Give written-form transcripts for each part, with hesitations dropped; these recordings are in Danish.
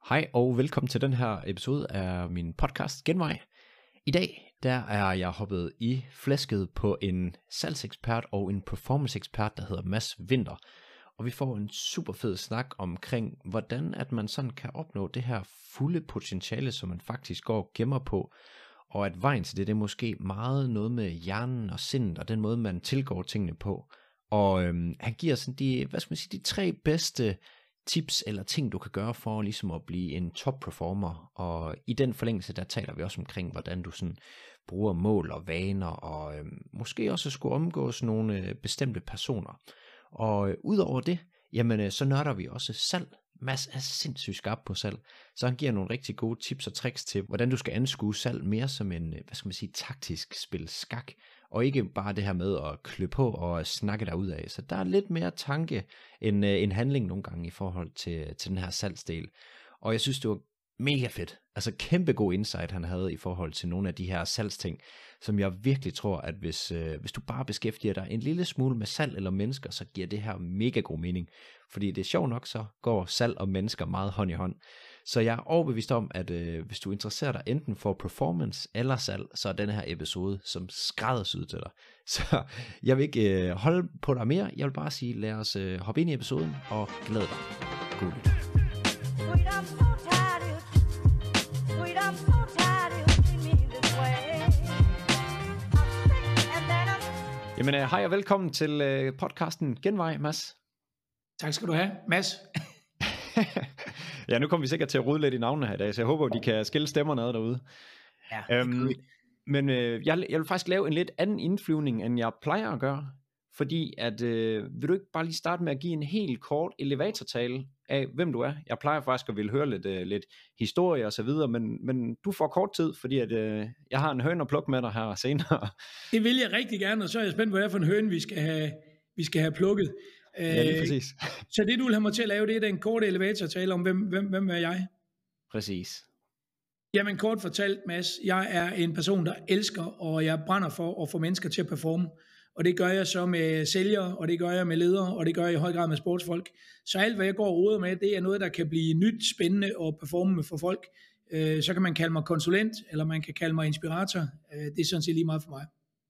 Hej og velkommen til den her episode af min podcast Genvej. I dag der er jeg hoppet i flæsket på en salgsekspert og en performance-ekspert, der hedder Mads Winther. Og vi får en super fed snak omkring, hvordan at man sådan kan opnå det her fulde potentiale, som man faktisk går og gemmer på. Og at vejen til det er måske meget noget med hjernen og sindet og den måde, man tilgår tingene på. Og han giver sådan de 3 bedste tips eller ting, du kan gøre for ligesom at blive en top performer. Og i den forlængelse, der taler vi også omkring, hvordan du sådan bruger mål og vaner, og måske også skulle omgås nogle bestemte personer. Og udover det, jamen så nørder vi også salg. Mads er sindssygt skarp på salg, så han giver nogle rigtig gode tips og tricks til, hvordan du skal anskue salg mere som en, taktisk spil skak, og ikke bare det her med at klø på og snakke derud af. Så der er lidt mere tanke end handling nogle gange i forhold til den her salgsdel. Og jeg synes, det var mega fedt. Altså kæmpe god insight, han havde i forhold til nogle af de her salgsting, som jeg virkelig tror, at hvis du bare beskæftiger dig en lille smule med salg eller mennesker, så giver det her mega god mening. Fordi det er sjovt nok, så går salg og mennesker meget hånd i hånd. Så jeg er overbevist om, at hvis du interesserer dig enten for performance eller salg, så er denne her episode som skræddersyet til dig. Så jeg vil ikke holde på dig mere. Jeg vil bare sige, lad os hoppe ind i episoden og glæd dig. God lyt. Jamen hej og velkommen til podcasten Genvej, Mads. Tak skal du have, Mads. Ja, nu kommer vi sikkert til at rode lidt i navnene her i dag, så jeg håber, de kan skille stemmerne ad derude. Ja, men jeg vil faktisk lave en lidt anden indflyvning, end jeg plejer at gøre. Fordi at, vil du ikke bare lige starte med at give en helt kort elevatortale af, hvem du er? Jeg plejer faktisk at ville høre lidt historie og så videre, men du får kort tid, fordi at, jeg har en høne at plukke med dig her senere. Det vil jeg rigtig gerne, og så er jeg spændt på, hvad det er for en høne, vi skal have plukket. Ja, lige præcis. Så det, du vil have mig til at lave, det er den korte elevatortale om, hvem er jeg? Præcis. Jamen kort fortalt, Mads, jeg er en person, der elsker, og jeg brænder for at få mennesker til at performe. Og det gør jeg så med sælgere, og det gør jeg med ledere, og det gør jeg i høj grad med sportsfolk. Så alt, hvad jeg går og roder med, det er noget, der kan blive nyt, spændende og performende for folk. Så kan man kalde mig konsulent, eller man kan kalde mig inspirator. Det er sådan set lige meget for mig.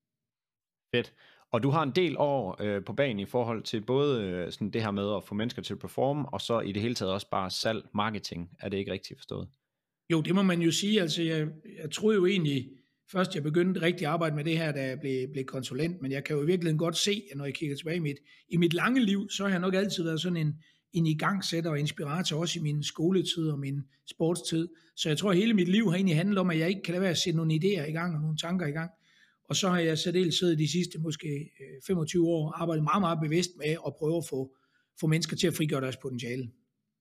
Fedt. Og du har en del år på banen i forhold til både sådan det her med at få mennesker til at performe, og så i det hele taget også bare salg, marketing. Er det ikke rigtigt forstået? Jo, det må man jo sige. Altså, jeg troede jo egentlig, først jeg begyndte rigtig at arbejde med det her, da jeg blev konsulent, men jeg kan jo i virkeligheden godt se, at når jeg kigger tilbage i mit lange liv, så har jeg nok altid været sådan en igangsætter og inspirator, også i min skoletid og min sportstid. Så jeg tror, at hele mit liv har egentlig handlet om, at jeg ikke kan lade være at sætte nogle idéer i gang og nogle tanker i gang. Og så har jeg særdeleshed de sidste måske 25 år arbejdet meget, meget bevidst med at prøve at få mennesker til at frigøre deres potentiale.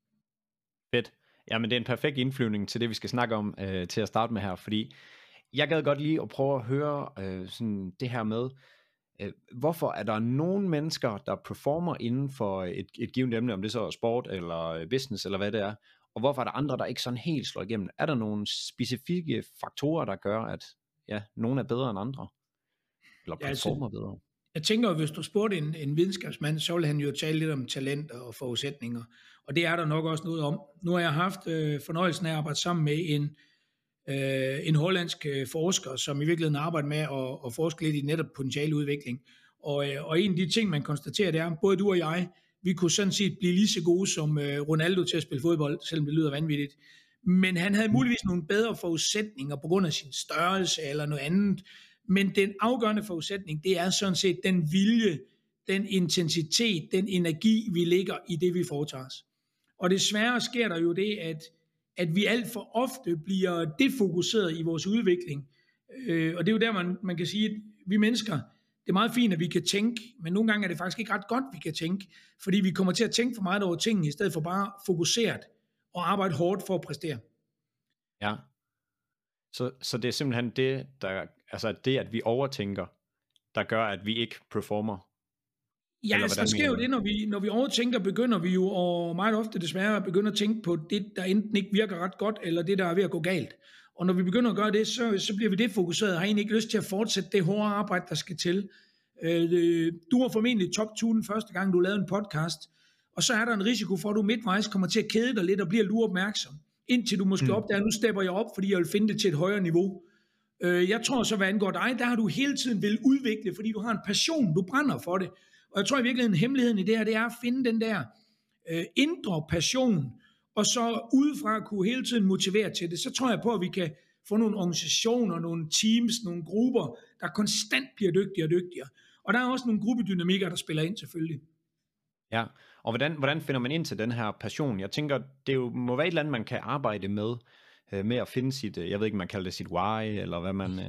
Fedt. Jamen det er en perfekt indflyvning til det, vi skal snakke om til at starte med her, fordi jeg gad godt lige at prøve at høre sådan det her med, hvorfor er der nogle mennesker, der performer inden for et givet emne, om det så er sport eller business eller hvad det er, og hvorfor er der andre, der ikke sådan helt slår igennem? Er der nogle specifikke faktorer, der gør, at nogle er bedre end andre? Eller performer bedre? Jeg tænker, at hvis du spurgte en videnskabsmand, så vil han jo tale lidt om talent og forudsætninger, og det er der nok også noget om. Nu har jeg haft fornøjelsen af at arbejde sammen med en hollandsk forsker, som i virkeligheden arbejder med at forske lidt i netop potentialeudvikling. Og en af de ting, man konstaterer, det er, at både du og jeg, vi kunne sådan set blive lige så gode som Ronaldo til at spille fodbold, selvom det lyder vanvittigt. Men han havde muligvis nogle bedre forudsætninger på grund af sin størrelse eller noget andet. Men den afgørende forudsætning, det er sådan set den vilje, den intensitet, den energi, vi lægger i det, vi foretager os. Og desværre sker der jo det, at vi alt for ofte bliver defokuseret i vores udvikling. Og det er jo der, man kan sige, at vi mennesker, det er meget fint, at vi kan tænke, men nogle gange er det faktisk ikke ret godt, vi kan tænke, fordi vi kommer til at tænke for meget over tingene, i stedet for bare fokuseret og arbejde hårdt for at præstere. Ja. Så det er simpelthen det, det, at vi overtænker, der gør, at vi ikke performer. Ja, så sker jo det, når vi overtænker, begynder vi jo, og meget ofte desværre begynder at tænke på det, der enten ikke virker ret godt, eller det, der er ved at gå galt. Og når vi begynder at gøre det, så bliver vi det fokuseret, og har egentlig ikke lyst til at fortsætte det hårde arbejde, der skal til. Du har formentlig top-tunen første gang, du lavede en podcast, og så er der en risiko for, at du midtvejs kommer til at kede dig lidt og bliver luopmærksom. indtil du måske opdager, nu stepper jeg op, fordi jeg vil finde det til et højere niveau. Jeg tror så, hvad angår dig, der har du hele tiden vil udvikle, fordi du har en passion, du brænder for det. Og jeg tror i virkeligheden, hemmeligheden i det her, det er at finde den der indre passion, og så udefra kunne hele tiden motivere til det. Så tror jeg på, at vi kan få nogle organisationer, nogle teams, nogle grupper, der konstant bliver dygtigere og dygtigere. Og der er også nogle gruppedynamikker, der spiller ind selvfølgelig. Ja, og hvordan finder man ind til den her passion? Jeg tænker, det jo må være et eller andet, man kan arbejde med at finde sit, jeg ved ikke, man kalder det sit why, eller hvad man...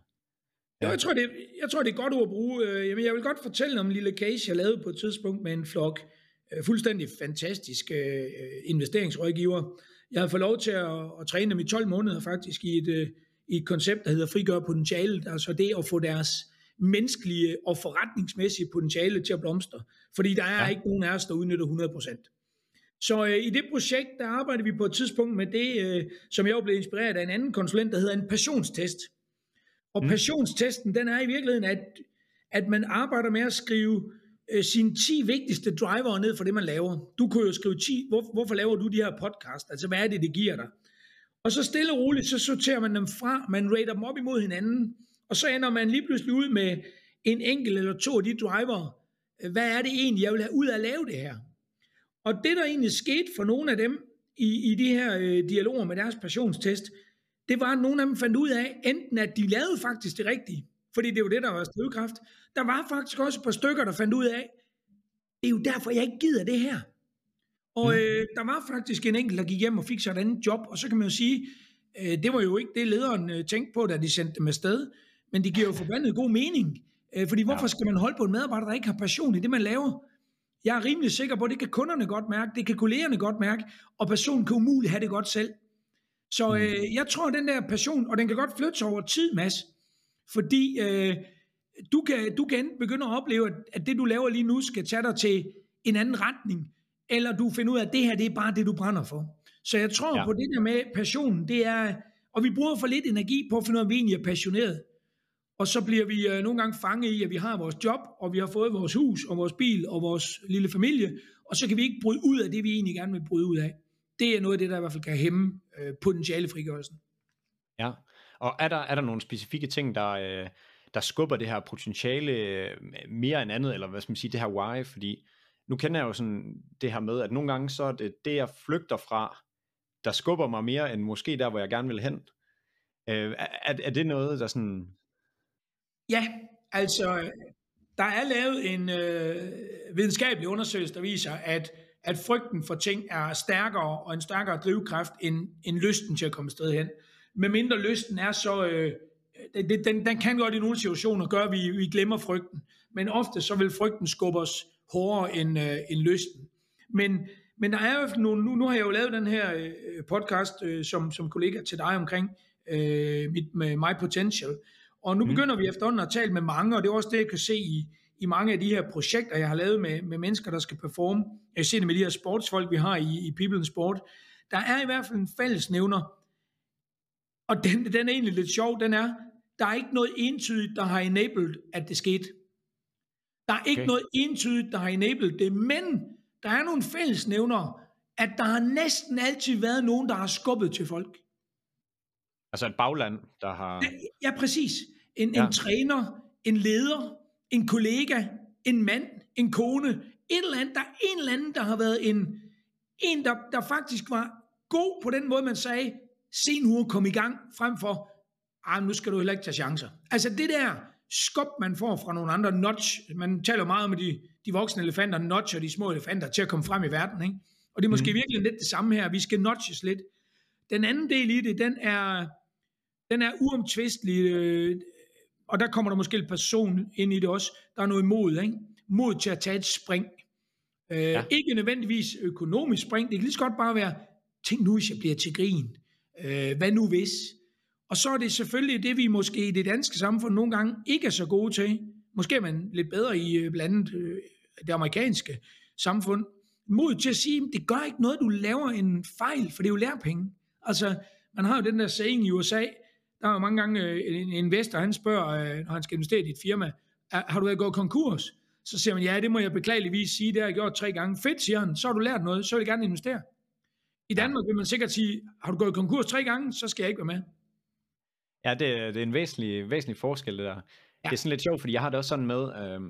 Ja. Jeg tror, det er et godt ord at bruge. Jeg vil godt fortælle om en lille case, jeg lavede på et tidspunkt med en flok fuldstændig fantastiske investeringsrådgiver. Jeg havde fået lov til at træne dem i 12 måneder faktisk i et koncept, der hedder frigør potentialet, altså det at få deres menneskelige og forretningsmæssige potentiale til at blomstre, fordi der er ikke nogen af os, der udnytter 100%. Så i det projekt, der arbejder vi på et tidspunkt med det, som jeg blev inspireret af en anden konsulent, der hedder en passionstest. Og passionstesten, den er i virkeligheden, at man arbejder med at skrive sine 10 vigtigste drivere ned for det, man laver. Du kunne jo skrive 10, hvorfor laver du de her podcast? Altså, hvad er det giver dig? Og så stille og roligt, så sorterer man dem fra, man rater dem op imod hinanden, og så ender man lige pludselig ud med en enkelt eller 2 af de driver. Hvad er det egentlig, jeg vil have ud af at lave det her? Og det, der egentlig skete for nogle af dem i de her dialoger med deres passionstest, det var, at nogle af dem fandt ud af, enten at de lavede faktisk det rigtige, fordi det er jo det, der var drivkraft. Der var faktisk også et par stykker, der fandt ud af, det er jo derfor, jeg ikke gider det her. Og der var faktisk en enkelt, der gik hjem og fik sig et andet job, og så kan man jo sige, det var jo ikke det, lederen tænkte på, da de sendte dem afsted, men det giver jo forbandet god mening, fordi hvorfor skal man holde på en medarbejder, der ikke har passion i det, man laver? Jeg er rimelig sikker på, at det kan kunderne godt mærke, det kan kollegerne godt mærke, og personen kan umuligt have det godt selv. Så jeg tror, den der passion, og den kan godt flytte sig over tid, Mads, fordi du kan begynde at opleve, at det, du laver lige nu, skal tage dig til en anden retning, eller du finder ud af, at det her, det er bare det, du brænder for. Så jeg tror på det der med passionen, det er, og vi bruger for lidt energi på at finde ud af, at vi egentlig er passioneret. Og så bliver vi nogle gange fanget i, at vi har vores job, og vi har fået vores hus, og vores bil, og vores lille familie, og så kan vi ikke bryde ud af det, vi egentlig gerne vil bryde ud af. Det er noget af det, der i hvert fald kan hæmme potentialefrigørelsen. Ja, og er der nogle specifikke ting, der skubber det her potentiale mere end andet, eller hvad skal man sige, det her why? Fordi nu kender jeg jo sådan det her med, at nogle gange så er det jeg flygter fra, der skubber mig mere end måske der, hvor jeg gerne vil hen. Er det noget, der sådan... Ja, altså, der er lavet en videnskabelig undersøgelse, der viser, at frygten for ting er stærkere og en stærkere drivkraft end lysten til at komme sted hen. Med mindre lysten er så... Den kan godt i nogle situationer gøre, at vi glemmer frygten. Men ofte så vil frygten skubbe os hårdere end lysten. Men der er i hvert fald nogle... Nu har jeg jo lavet den her podcast som kollega til dig omkring med My Potential. Og nu begynder vi efterhånden at tale med mange, og det er også det, jeg kan se i mange af de her projekter, jeg har lavet med mennesker, der skal performe. Jeg ser det med de her sportsfolk, vi har i People in Sport. Der er i hvert fald en fællesnævner, og den er egentlig lidt sjov, der er ikke noget entydigt, der har enabled, at det skete. Der er ikke noget entydigt, der har enabled det, men der er nogle fællesnævner, at der har næsten altid været nogen, der har skubbet til folk. Altså et bagland, der har... Ja, præcis. En træner, en leder, en kollega, en mand, en kone, et eller andet, der er en eller anden, der har været en der faktisk var god på den måde, man sagde, se nu at komme i gang, frem for, nu skal du heller ikke tage chancer. Altså det der skub, man får fra nogle andre nudge, man taler meget om de voksne elefanter, nudger de små elefanter til at komme frem i verden, ikke? Og det er måske virkelig lidt det samme her, vi skal nudges lidt. Den anden del i det, den er uomtvistelig, og der kommer der måske en person ind i det også, der er noget mod, ikke? Mod til at tage et spring. Ikke nødvendigvis økonomisk spring, det kan lige så godt bare være, tænk nu, hvis jeg bliver til grin. Hvad nu hvis? Og så er det selvfølgelig det, vi måske i det danske samfund nogle gange ikke er så gode til. Måske er man lidt bedre i blandt andet det amerikanske samfund. Mod til at sige, det gør ikke noget, du laver en fejl, for det er jo lærepenge. Altså, man har jo den der saying i USA, der er jo mange gange en investor, han spørger, når han skal investere i et firma, har du været gået konkurs? Så siger man, ja, det må jeg beklageligvis sige, det har jeg gjort 3 gange. Fedt, siger han, så har du lært noget, så vil jeg gerne investere. I Danmark vil man sikkert sige, har du gået konkurs 3 gange, så skal jeg ikke være med. Ja, det er en væsentlig forskel, det der. Ja. Det er sådan lidt sjovt, fordi jeg har det også sådan med,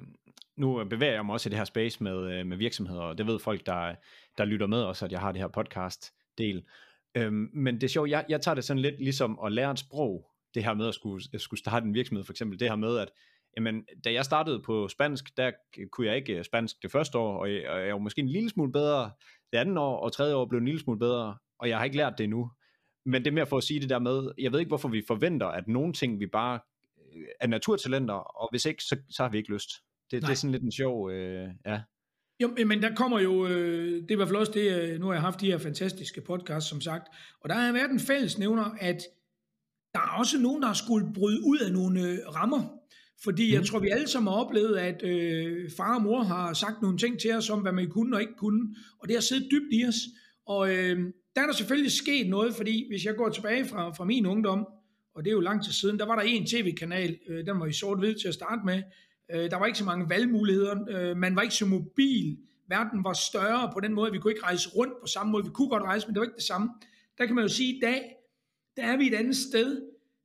nu bevæger jeg mig også i det her space med virksomheder, og det ved folk, der lytter med også, at jeg har det her podcast-del. Men det er sjovt, jeg tager det sådan lidt ligesom at lære et sprog, det her med at skulle starte en virksomhed, for eksempel det her med, at jamen, da jeg startede på spansk, der kunne jeg ikke spansk det første år, og jeg var måske en lille smule bedre det andet år, og tredje år blev en lille smule bedre, og jeg har ikke lært det endnu. Men det er mere for at sige det der med, jeg ved ikke, hvorfor vi forventer, at nogle ting, vi bare er naturtalenter, og hvis ikke, så har vi ikke lyst. Det er sådan lidt en sjov, ja. Jo, men der kommer jo, det er i hvert fald også det, nu har jeg haft de her fantastiske podcasts, som sagt, og der har været en fællesnævner, at der er også nogen, der har skulle bryde ud af nogle rammer, fordi jeg tror, vi alle sammen har oplevet, at far og mor har sagt nogle ting til os om, hvad man kunne og ikke kunne, og det har siddet dybt i os, og der er der selvfølgelig sket noget, fordi hvis jeg går tilbage fra min ungdom, og det er jo lang tid siden, der var der en tv-kanal, den var i sort-hvid til at starte med, der var ikke så mange valgmuligheder, man var ikke så mobil, verden var større på den måde, vi kunne ikke rejse rundt på samme måde, vi kunne godt rejse, men det var ikke det samme. Der kan man jo sige, at i dag, der er vi et andet sted,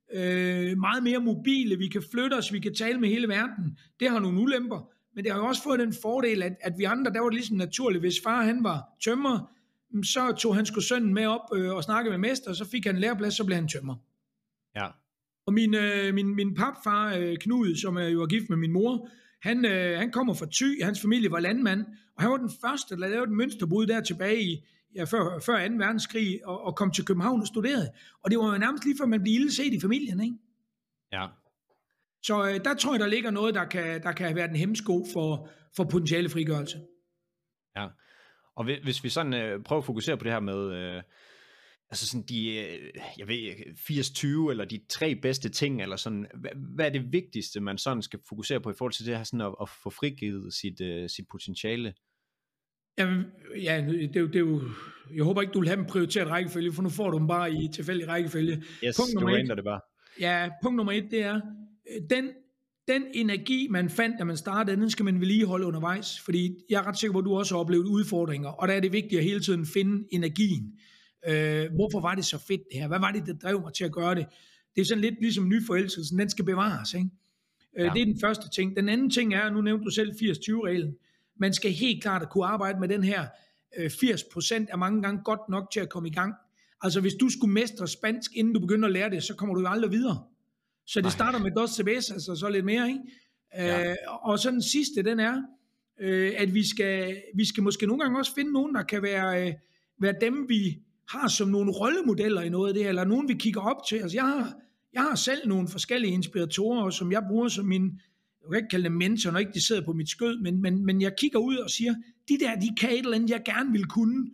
meget mere mobile, vi kan flytte os, vi kan tale med hele verden, det har nogle ulemper, men det har jo også fået den fordel, at vi andre, der var det ligesom naturligt, hvis far han var tømrer, så tog han sgu sønnen med op og snakkede med mester, og så fik han en læreplads, så blev han tømrer. Ja. Og min papfar, Knud, som er jo gift med min mor, han kommer fra Thy, hans familie var landmand, og han var den første, der lavede et mønsterbrud der tilbage i, før 2. verdenskrig, og kom til København og studerede. Og det var jo nærmest lige før man blev ildeset i familien, ikke? Ja. Så der tror jeg, der ligger noget, der kan have været en hemsko for potentiale frigørelse. Ja, og hvis vi sådan prøver at fokusere på det her med, altså sådan de, jeg ved, 80-20, eller de 3 bedste ting, eller sådan, hvad er det vigtigste, man sådan skal fokusere på i forhold til det her, sådan at få frigivet sit potentiale? Jamen, ja, det er jo, jeg håber ikke, du vil have dem prioriteret rækkefølge, for nu får du dem bare i tilfældig rækkefølge. Yes, du ændrer det bare. Ja, punkt nummer 1, det er, den energi, man fandt, da man startede, den skal man vedligeholde undervejs, fordi jeg er ret sikker på, at du også har oplevet udfordringer, og der er det vigtigt at hele tiden finde energien. Hvorfor var det så fedt det her? Hvad var det, der drev mig til at gøre det? Det er sådan lidt ligesom nyforelskelsen, den skal bevares, ikke? Ja. Det er den første ting. Den anden ting er, nu nævnte du selv 80-20-reglen, man skal helt klart kunne arbejde med den her 80% er mange gange godt nok til at komme i gang. Altså hvis du skulle mestre spansk, inden du begynder at lære det, så kommer du jo aldrig videre. Så det starter med dos cervezas, altså så lidt mere, ikke? Ja. Og så den sidste, den er, at vi skal måske nogle gange også finde nogen, der kan være dem, vi har som nogle rollemodeller i noget af det, eller nogen, vi kigger op til. Altså jeg har selv nogle forskellige inspiratorer, som jeg bruger som min, jeg kan ikke kalde dem mentor, når ikke de sidder på mit skød, men jeg kigger ud og siger, de kan et eller andet, jeg gerne vil kunne.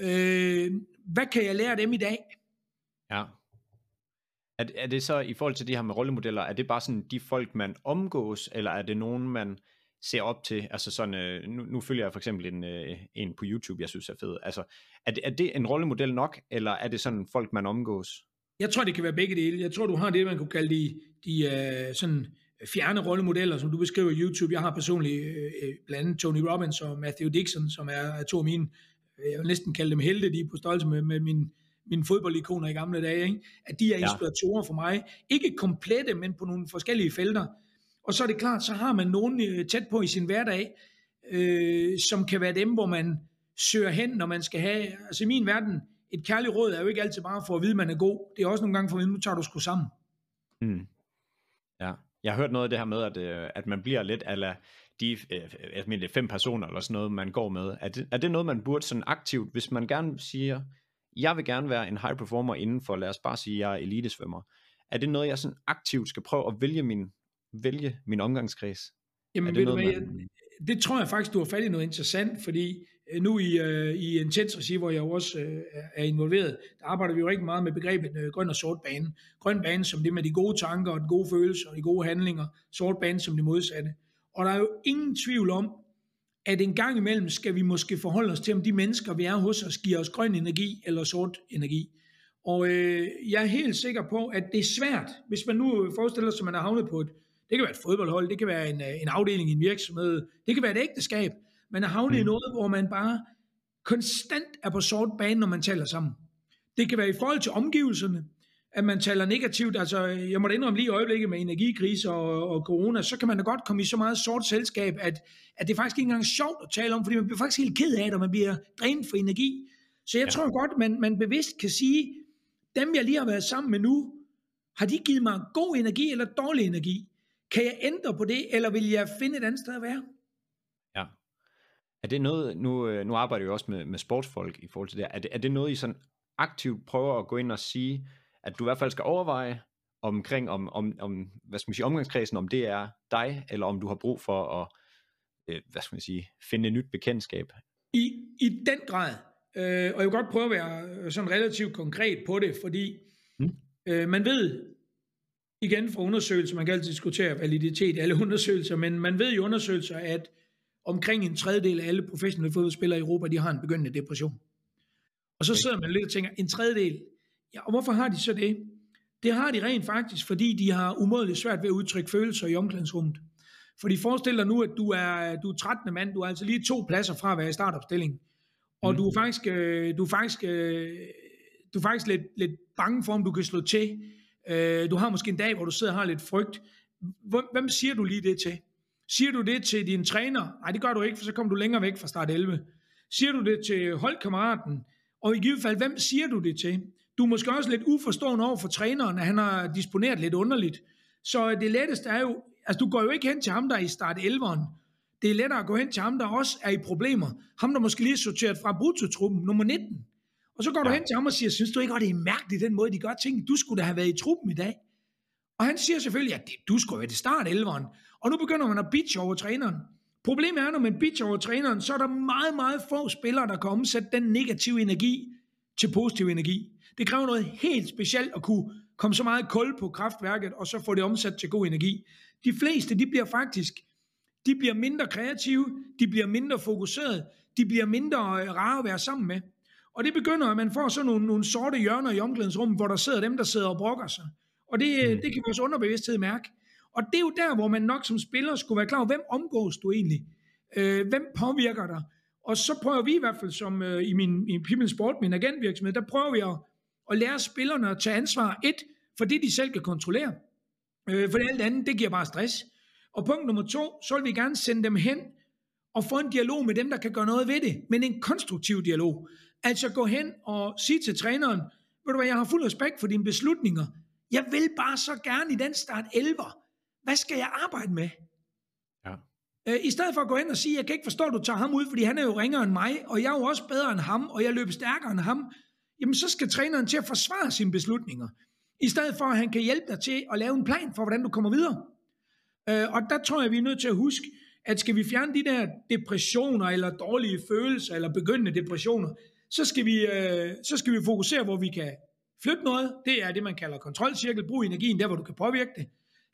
Hvad kan jeg lære dem i dag? Ja. Er det så i forhold til de her med rollemodeller, er det bare sådan de folk, man omgås, eller er det nogen, man ser op til? Altså sådan, nu følger jeg for eksempel en på YouTube, jeg synes er fed. Altså, er det en rollemodel nok, eller er det sådan folk, man omgås? Jeg tror, det kan være begge dele. Jeg tror, du har det, man kunne kalde de sådan fjerne rollemodeller, som du beskriver i YouTube. Jeg har personligt blandt andet Tony Robbins og Matthew Dixon, som er 2 af mine, jeg vil næsten kalde dem helte, de er på størrelse med mine fodboldikoner i gamle dage, ikke? At de er inspiratorer for mig. Ikke komplette, men på nogle forskellige felter. Og så er det klart, så har man nogen tæt på i sin hverdag, som kan være dem, hvor man søger hen, når man skal have, altså i min verden, et kærligt råd er jo ikke altid bare for at vide, man er god. Det er også nogle gange for at vide, nu tager du sgu sammen. Mm. Ja, jeg har hørt noget af det her med, at man bliver lidt ala de 5 personer eller sådan noget, man går med. Er det noget, man burde sådan aktivt, hvis man gerne siger, jeg vil gerne være en high performer inden for, lad os bare sige, jeg er elitesvømmer. Er det noget, jeg sådan aktivt skal prøve at vælge min omgangskreds? Jamen det tror jeg faktisk, du har fat i noget interessant, fordi nu i Intens regi, hvor jeg jo også er involveret, der arbejder vi jo rigtig meget med begrebet grøn og sort bane. Grøn bane som det med de gode tanker og de gode følelser og de gode handlinger, sort bane som det modsatte. Og der er jo ingen tvivl om, at en gang imellem skal vi måske forholde os til, om de mennesker, vi er hos os, giver os grøn energi eller sort energi. Og jeg er helt sikker på, at det er svært, hvis man nu forestiller sig, at man er havnet på det kan være et fodboldhold, det kan være en afdeling i en virksomhed, det kan være et ægteskab, man er havnet i noget, hvor man bare konstant er på sort bane, når man taler sammen. Det kan være i forhold til omgivelserne, at man taler negativt. Altså, jeg må da indrømme lige i øjeblikket med energikrise og corona, så kan man da godt komme i så meget sort selskab, at det faktisk ikke engang er sjovt at tale om, fordi man bliver faktisk helt ked af det, og man bliver drænet for energi. Så jeg tror godt, man bevidst kan sige, dem jeg lige har været sammen med nu, har de givet mig god energi eller dårlig energi? Kan jeg ændre på det, eller vil jeg finde et andet sted at være? Ja. Er det noget, nu arbejder jeg jo også med sportsfolk i forhold til det, er det noget, I sådan aktivt prøver at gå ind og sige, at du i hvert fald skal overveje omkring, om hvad skal man sige, omgangskredsen, om det er dig, eller om du har brug for at, hvad skal man sige, finde et nyt bekendtskab? I den grad, og jeg vil godt prøve at være sådan relativt konkret på det, fordi man ved, igen fra undersøgelser, man kan altid diskutere validitet i alle undersøgelser, men man ved i undersøgelser, at omkring en tredjedel af alle professionelle fodboldspillere i Europa, de har en begyndende depression. Og så sidder man lidt og tænker, en tredjedel, ja, og hvorfor har de så det? Det har de rent faktisk, fordi de har umådeligt svært ved at udtrykke følelser i omklædningsrummet. Fordi forestil dig nu, at du er 13. mand, du er altså lige 2 pladser fra at være i startopstillingen, og du er faktisk lidt bange for, om du kan slå til. Du har måske en dag, hvor du sidder og har lidt frygt. Hvem siger du lige det til? Siger du det til din træner? Nej, det gør du ikke, for så kommer du længere væk fra start 11. Siger du det til holdkammeraten? Og i givet fald, hvem siger du det til? Du er måske også lidt uforstående over for træneren, at han har disponeret lidt underligt. Så det letteste er jo, altså du går jo ikke hen til ham, der er i start 11'eren. Det er lettere at gå hen til ham, der også er i problemer. Ham, der måske lige er sorteret fra brutotruppen, nummer 19. Og så går du hen til ham og siger, synes du ikke, at det er mærkeligt, den måde, de gør ting? Du skulle da have været i truppen i dag. Og han siger selvfølgelig, at du skulle være til start 11'eren. Og nu begynder man at bitche over træneren. Problemet er, når man bitcher over træneren, så er der meget, meget få spillere, der kan omsætte den negative energi til positiv energi. Det kræver noget helt specielt at kunne komme så meget kul på kraftværket, og så få det omsat til god energi. De fleste, de bliver mindre kreative, de bliver mindre fokuseret, de bliver mindre rare at være sammen med. Og det begynder, at man får sådan nogle sorte hjørner i omklædningsrummet, hvor der sidder dem, der sidder og brokker sig. Og det kan vores underbevidsthed mærke. Og det er jo der, hvor man nok som spiller skulle være klar over, hvem omgås du egentlig? Hvem påvirker dig? Og så prøver vi i hvert fald, som i People Sport, min agentvirksomhed, der prøver vi at lære spillerne at tage ansvar. 1, for det de selv kan kontrollere. For det alt andet, det giver bare stress. Og punkt nummer 2, så vil vi gerne sende dem hen og få en dialog med dem, der kan gøre noget ved det. Men en konstruktiv dialog. Altså gå hen og sige til træneren, ved du hvad, jeg har fuld respekt for dine beslutninger. Jeg vil bare så gerne i den start 11'er. Hvad skal jeg arbejde med? Ja. I stedet for at gå hen og sige, jeg kan ikke forstå, at du tager ham ud, fordi han er jo ringere end mig, og jeg er jo også bedre end ham, og jeg løber stærkere end ham. Jamen så skal træneren til at forsvare sine beslutninger. I stedet for, at han kan hjælpe dig til at lave en plan for, hvordan du kommer videre. Og der tror jeg, vi er nødt til at huske, at skal vi fjerne de der depressioner, eller dårlige følelser, eller begyndende depressioner, så skal vi fokusere, hvor vi kan flytte noget. Det er det, man kalder kontrolcirkel. Brug energien der, hvor du kan påvirke det.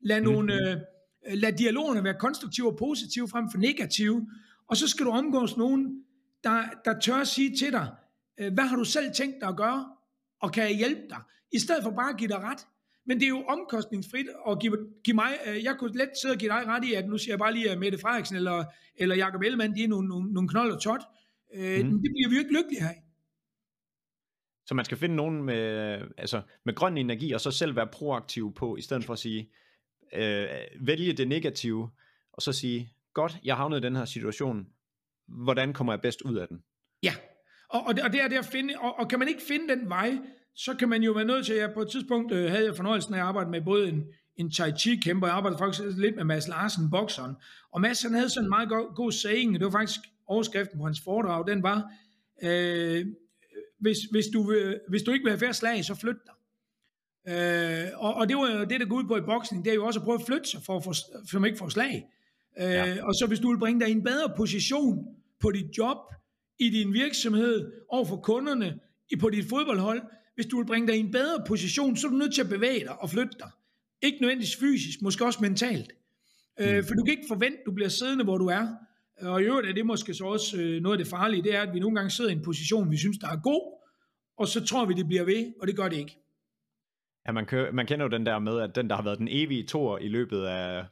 Lad dialogerne være konstruktive og positive frem for negative. Og så skal du omgås nogen, der tør at sige til dig, hvad har du selv tænkt dig at gøre, og kan jeg hjælpe dig? I stedet for bare at give dig ret. Men det er jo omkostningsfrit at give mig, jeg kunne let sidde og give dig ret i, at nu siger jeg bare lige, at Mette Frederiksen eller Jakob Ellemann, de er nogle knold og tot. Det bliver vi jo ikke lykkelige af. Så man skal finde nogen med grøn energi, og så selv være proaktiv på, i stedet for at sige, vælge det negative, og så sige, godt, jeg havnet i den her situation, hvordan kommer jeg bedst ud af den? Ja, og det er det at finde, og kan man ikke finde den vej, så kan man jo være nødt til, at på et tidspunkt havde jeg fornøjelsen af at arbejde med både en Tai Chi kæmper, jeg arbejdede faktisk lidt med Mads Larsen, bokseren, og Mads han havde sådan en meget god saying, det var faktisk overskriften på hans foredrag, den var, hvis du ikke vil have færre slag, så flyt dig. Og det var jo det, der går ud på i boksning, det er jo også at prøve at flytte sig, for man ikke får slag. Og så hvis du vil bringe dig i en bedre position på dit job, i din virksomhed, overfor kunderne, på dit fodboldhold, hvis du vil bringe dig i en bedre position, så er du nødt til at bevæge dig og flytte dig. Ikke nødvendigvis fysisk, måske også mentalt. For du kan ikke forvente, at du bliver siddende, hvor du er. Og i øvrigt er det måske så også noget af det farlige, det er, at vi nogle gange sidder i en position, vi synes, der er god, og så tror vi, det bliver ved, og det gør det ikke. Ja, man kender jo den der med, at den, der har været den evige toer i løbet af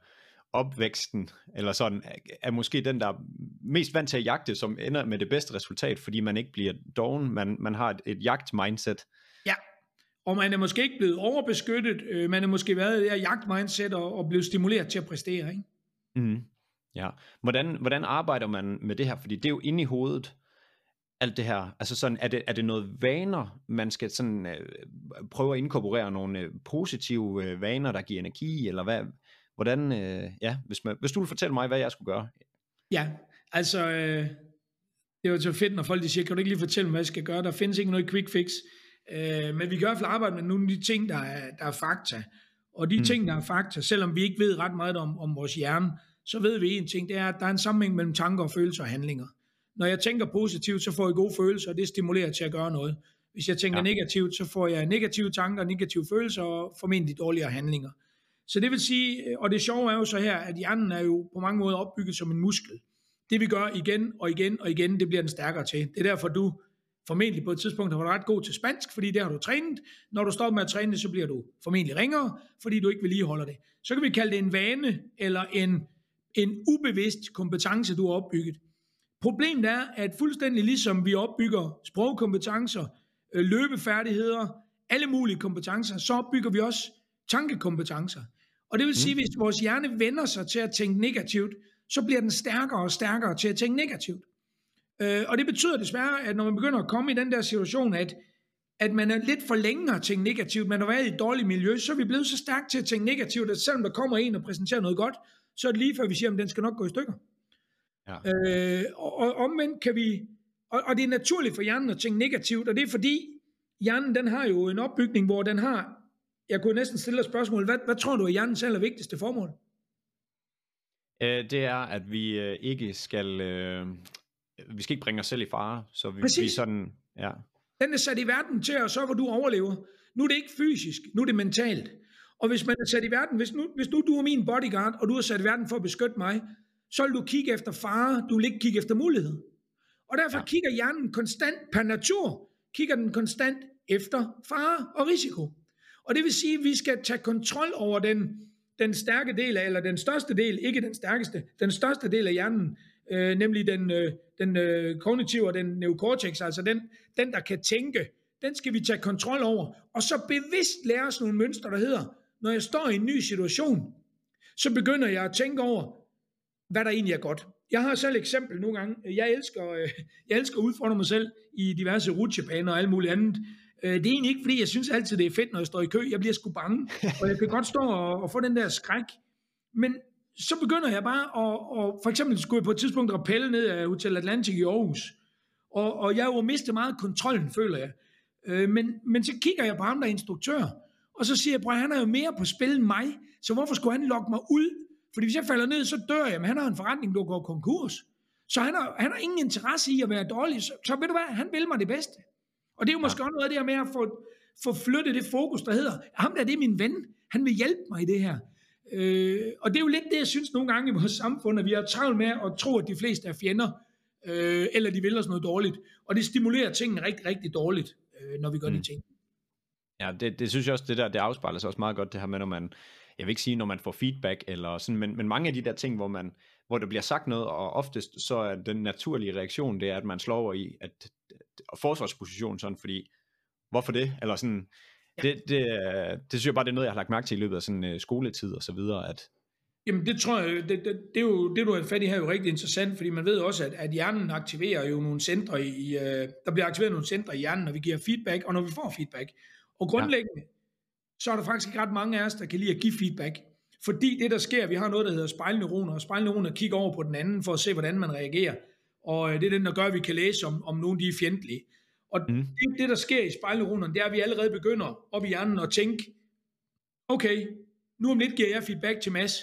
opvæksten, eller sådan, er måske den, der er mest vant til at jagte, som ender med det bedste resultat, fordi man ikke bliver doven, man har et jagt-mindset. Ja, og man er måske ikke blevet overbeskyttet, man er måske været i det her jagt-mindset og blevet stimuleret til at præstere, ikke? Mm. Ja. Hvordan arbejder man med det her? Fordi det er jo inde i hovedet, alt det her. Altså sådan, er det noget vaner, man skal sådan prøve at inkorporere nogle positive vaner, der giver energi, eller hvad? Hvordan, hvis du vil fortælle mig, hvad jeg skulle gøre. Ja, altså, det er jo så fedt, når folk de siger, kan du ikke lige fortælle mig, hvad jeg skal gøre? Der findes ikke noget quick fix. Men vi kan i hvert fald arbejde med nogle af de ting, der er fakta. Og de ting, der er fakta, selvom vi ikke ved ret meget om vores hjerne, så ved vi en ting, det er, at der er en sammenhæng mellem tanker og følelser og handlinger. Når jeg tænker positivt, så får jeg gode følelser, og det stimulerer til at gøre noget. Hvis jeg tænker negativt, så får jeg negative tanker, negative følelser og formentlig dårligere handlinger. Så det vil sige, og det sjove er jo så her, at hjernen er jo på mange måder opbygget som en muskel. Det vi gør igen og igen og igen, det bliver den stærkere til. Det er derfor, du formentlig på et tidspunkt har været ret god til spansk, fordi det har du trænet. Når du stopper med at træne det, så bliver du formentlig ringere, fordi du ikke vedligeholder det. Så kan vi kalde det en vane, eller en ubevidst kompetence, du har opbygget. Problemet er, at fuldstændig ligesom vi opbygger sprogkompetencer, løbefærdigheder, alle mulige kompetencer, så opbygger vi også tankekompetencer. Og det vil sige, at hvis vores hjerne vender sig til at tænke negativt, så bliver den stærkere og stærkere til at tænke negativt. Og det betyder desværre, at når man begynder at komme i den der situation, at man er lidt for længe at tænke negativt, man har været i et dårligt miljø, så er vi blevet så stærkt til at tænke negativt, at selvom der kommer en og præsenterer noget godt, så er det lige før vi siger, at den skal nok gå i stykker. Ja. Og omvendt kan vi, og det er naturligt for hjernen at tænke negativt, og det er fordi, hjernen den har jo en opbygning, hvor den har, jeg kunne næsten stille dig spørgsmål, hvad tror du er hjernens allervigtigste formål? Det er, at vi ikke skal bringe os selv i fare, så vi sådan, ja. Den er sat i verden til at sørge, hvor du overlever. Nu er det ikke fysisk, nu er det mentalt. Og hvis man er sat i verden, hvis nu du er min bodyguard, og du er sat i verden for at beskytte mig, så vil du kigge efter fare, du vil ikke kigge efter mulighed. Og derfor kigger hjernen konstant, per natur, kigger den konstant efter fare og risiko. Og det vil sige, at vi skal tage kontrol over den stærke del af, eller den største del, ikke den stærkeste, den største del af hjernen, nemlig den kognitive og den neokortex, altså den, der kan tænke, den skal vi tage kontrol over, og så bevidst lære os nogle mønstre, der hedder, når jeg står i en ny situation, så begynder jeg at tænke over, hvad der egentlig er godt. Jeg har selv et eksempel nogle gange. Jeg elsker at udfordre mig selv i diverse rutsjebaner og alt muligt andet. Det er egentlig ikke, fordi jeg synes altid, det er fedt, når jeg står i kø. Jeg bliver sgu bange, og jeg kan godt stå og få den der skræk. Men så begynder jeg bare, og for eksempel skulle jeg på et tidspunkt rappelle ned af Hotel Atlantic i Aarhus. Og jeg har jo mistet meget kontrollen, føler jeg. Men så kigger jeg på ham, der er instruktør, og så siger jeg, bror, han er jo mere på spil end mig, så hvorfor skulle han lokke mig ud? Fordi hvis jeg falder ned, så dør jeg, men han har en forretning, der går konkurs. Så han har ingen interesse i at være dårlig, så ved du hvad, han vil mig det bedste. Og det er jo måske også noget af det her med at få flyttet det fokus, der hedder, ham der, det er min ven, han vil hjælpe mig i det her. Og det er jo lidt det, jeg synes nogle gange i vores samfund, at vi har travlt med at tro, at de fleste er fjender, eller de vil os noget dårligt. Og det stimulerer tingene rigtig, rigtig dårligt, når vi gør de ting. Ja, det synes jeg også, det afspejler sig også meget godt, det her med, når man, jeg vil ikke sige, når man får feedback, eller sådan, men mange af de der ting, hvor der bliver sagt noget, og oftest så er den naturlige reaktion, det er, at man slår over i forsvarsposition, sådan, fordi, hvorfor det? Eller sådan, det synes jeg bare, det er noget, jeg har lagt mærke til i løbet af sådan skoletid og så videre, at jamen det tror jeg, det er jo, det du har fat i her er jo rigtig interessant, fordi man ved også, at hjernen aktiverer jo nogle centre der bliver aktiveret nogle centre i hjernen, når vi giver feedback, og når vi får feedback. Og grundlæggende, så er der faktisk ikke ret mange af os, der kan lide at give feedback. Fordi det, der sker, vi har noget, der hedder spejlneuroner, og spejlneuroner kigger over på den anden, for at se, hvordan man reagerer. Og det er den, der gør, at vi kan læse, om nogen de er fjendtlige. Og det, der sker i spejlneuronerne, det er, at vi allerede begynder op i hjernen at tænke, okay, nu om lidt giver jeg feedback til Mads.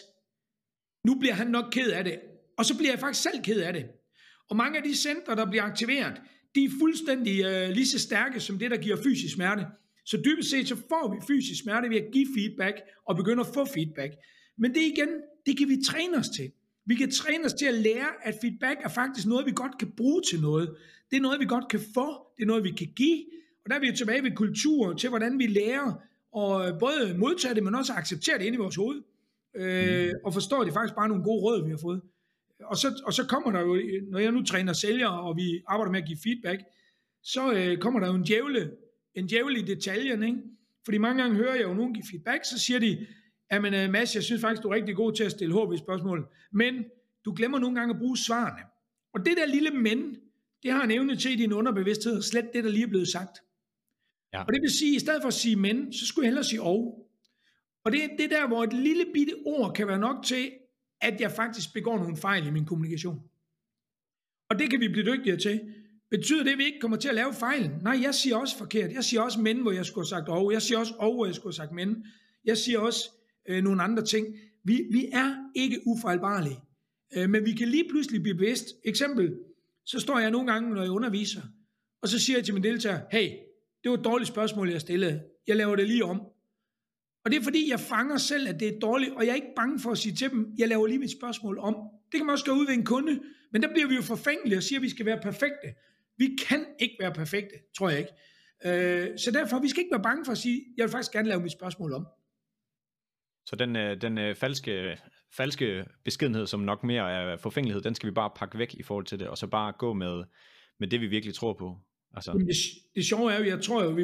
Nu bliver han nok ked af det. Og så bliver jeg faktisk selv ked af det. Og mange af de centre, der bliver aktiveret, de er fuldstændig lige så stærke, som det, der giver fysisk smerte. Så dybest set, så får vi fysisk smerte ved at give feedback, og begynde at få feedback. Men det igen, det kan vi træne os til. Vi kan træne os til at lære, at feedback er faktisk noget, vi godt kan bruge til noget. Det er noget, vi godt kan få. Det er noget, vi kan give. Og der er vi jo tilbage ved kultur, til hvordan vi lærer at både modtage det, men også acceptere det inde i vores hoved. og forstår det faktisk bare nogle gode råd, vi har fået. Og så kommer der jo, når jeg nu træner sælgere, og vi arbejder med at give feedback, så kommer der jo en djævel i detaljen, ikke? Fordi mange gange hører jeg jo nogen give feedback, så siger de, jamen Mads, jeg synes faktisk, du er rigtig god til at stille HV-spørgsmål, men du glemmer nogle gange at bruge svarene. Og det der lille men, det har en evne til i din underbevidsthed, og slet det, der lige er blevet sagt. Ja. Og det vil sige, at i stedet for at sige men, så skulle jeg hellere sige og. Og det er det der, hvor et lille bitte ord kan være nok til, at jeg faktisk begår nogle fejl i min kommunikation. Og det kan vi blive dygtigere til. Betyder det, at vi ikke kommer til at lave fejl? Nej, jeg siger også forkert. Jeg siger også men, hvor jeg skulle have sagt og. Jeg siger også og, hvor jeg skulle have sagt men. Jeg siger også nogle andre ting. Vi er ikke ufejlbarlige. Men vi kan lige pludselig blive bevidst. Eksempel, så står jeg nogle gange, når jeg underviser, og så siger jeg til mine deltagere, hey, det var et dårligt spørgsmål, jeg stillede. Jeg laver det lige om. Og det er fordi, jeg fanger selv, at det er dårligt, og jeg er ikke bange for at sige til dem, jeg laver lige mit spørgsmål om. Det kan man også gøre ud ved en kunde, men der bliver vi jo forfængelige og siger, at vi skal være perfekte. Vi kan ikke være perfekte, tror jeg ikke. Så derfor, vi skal ikke være bange for at sige, jeg vil faktisk gerne lave mit spørgsmål om. Så den falske beskedenhed, som nok mere er forfængelighed, den skal vi bare pakke væk i forhold til det, og så bare gå med det, vi virkelig tror på. Altså. Det sjove er jo, jeg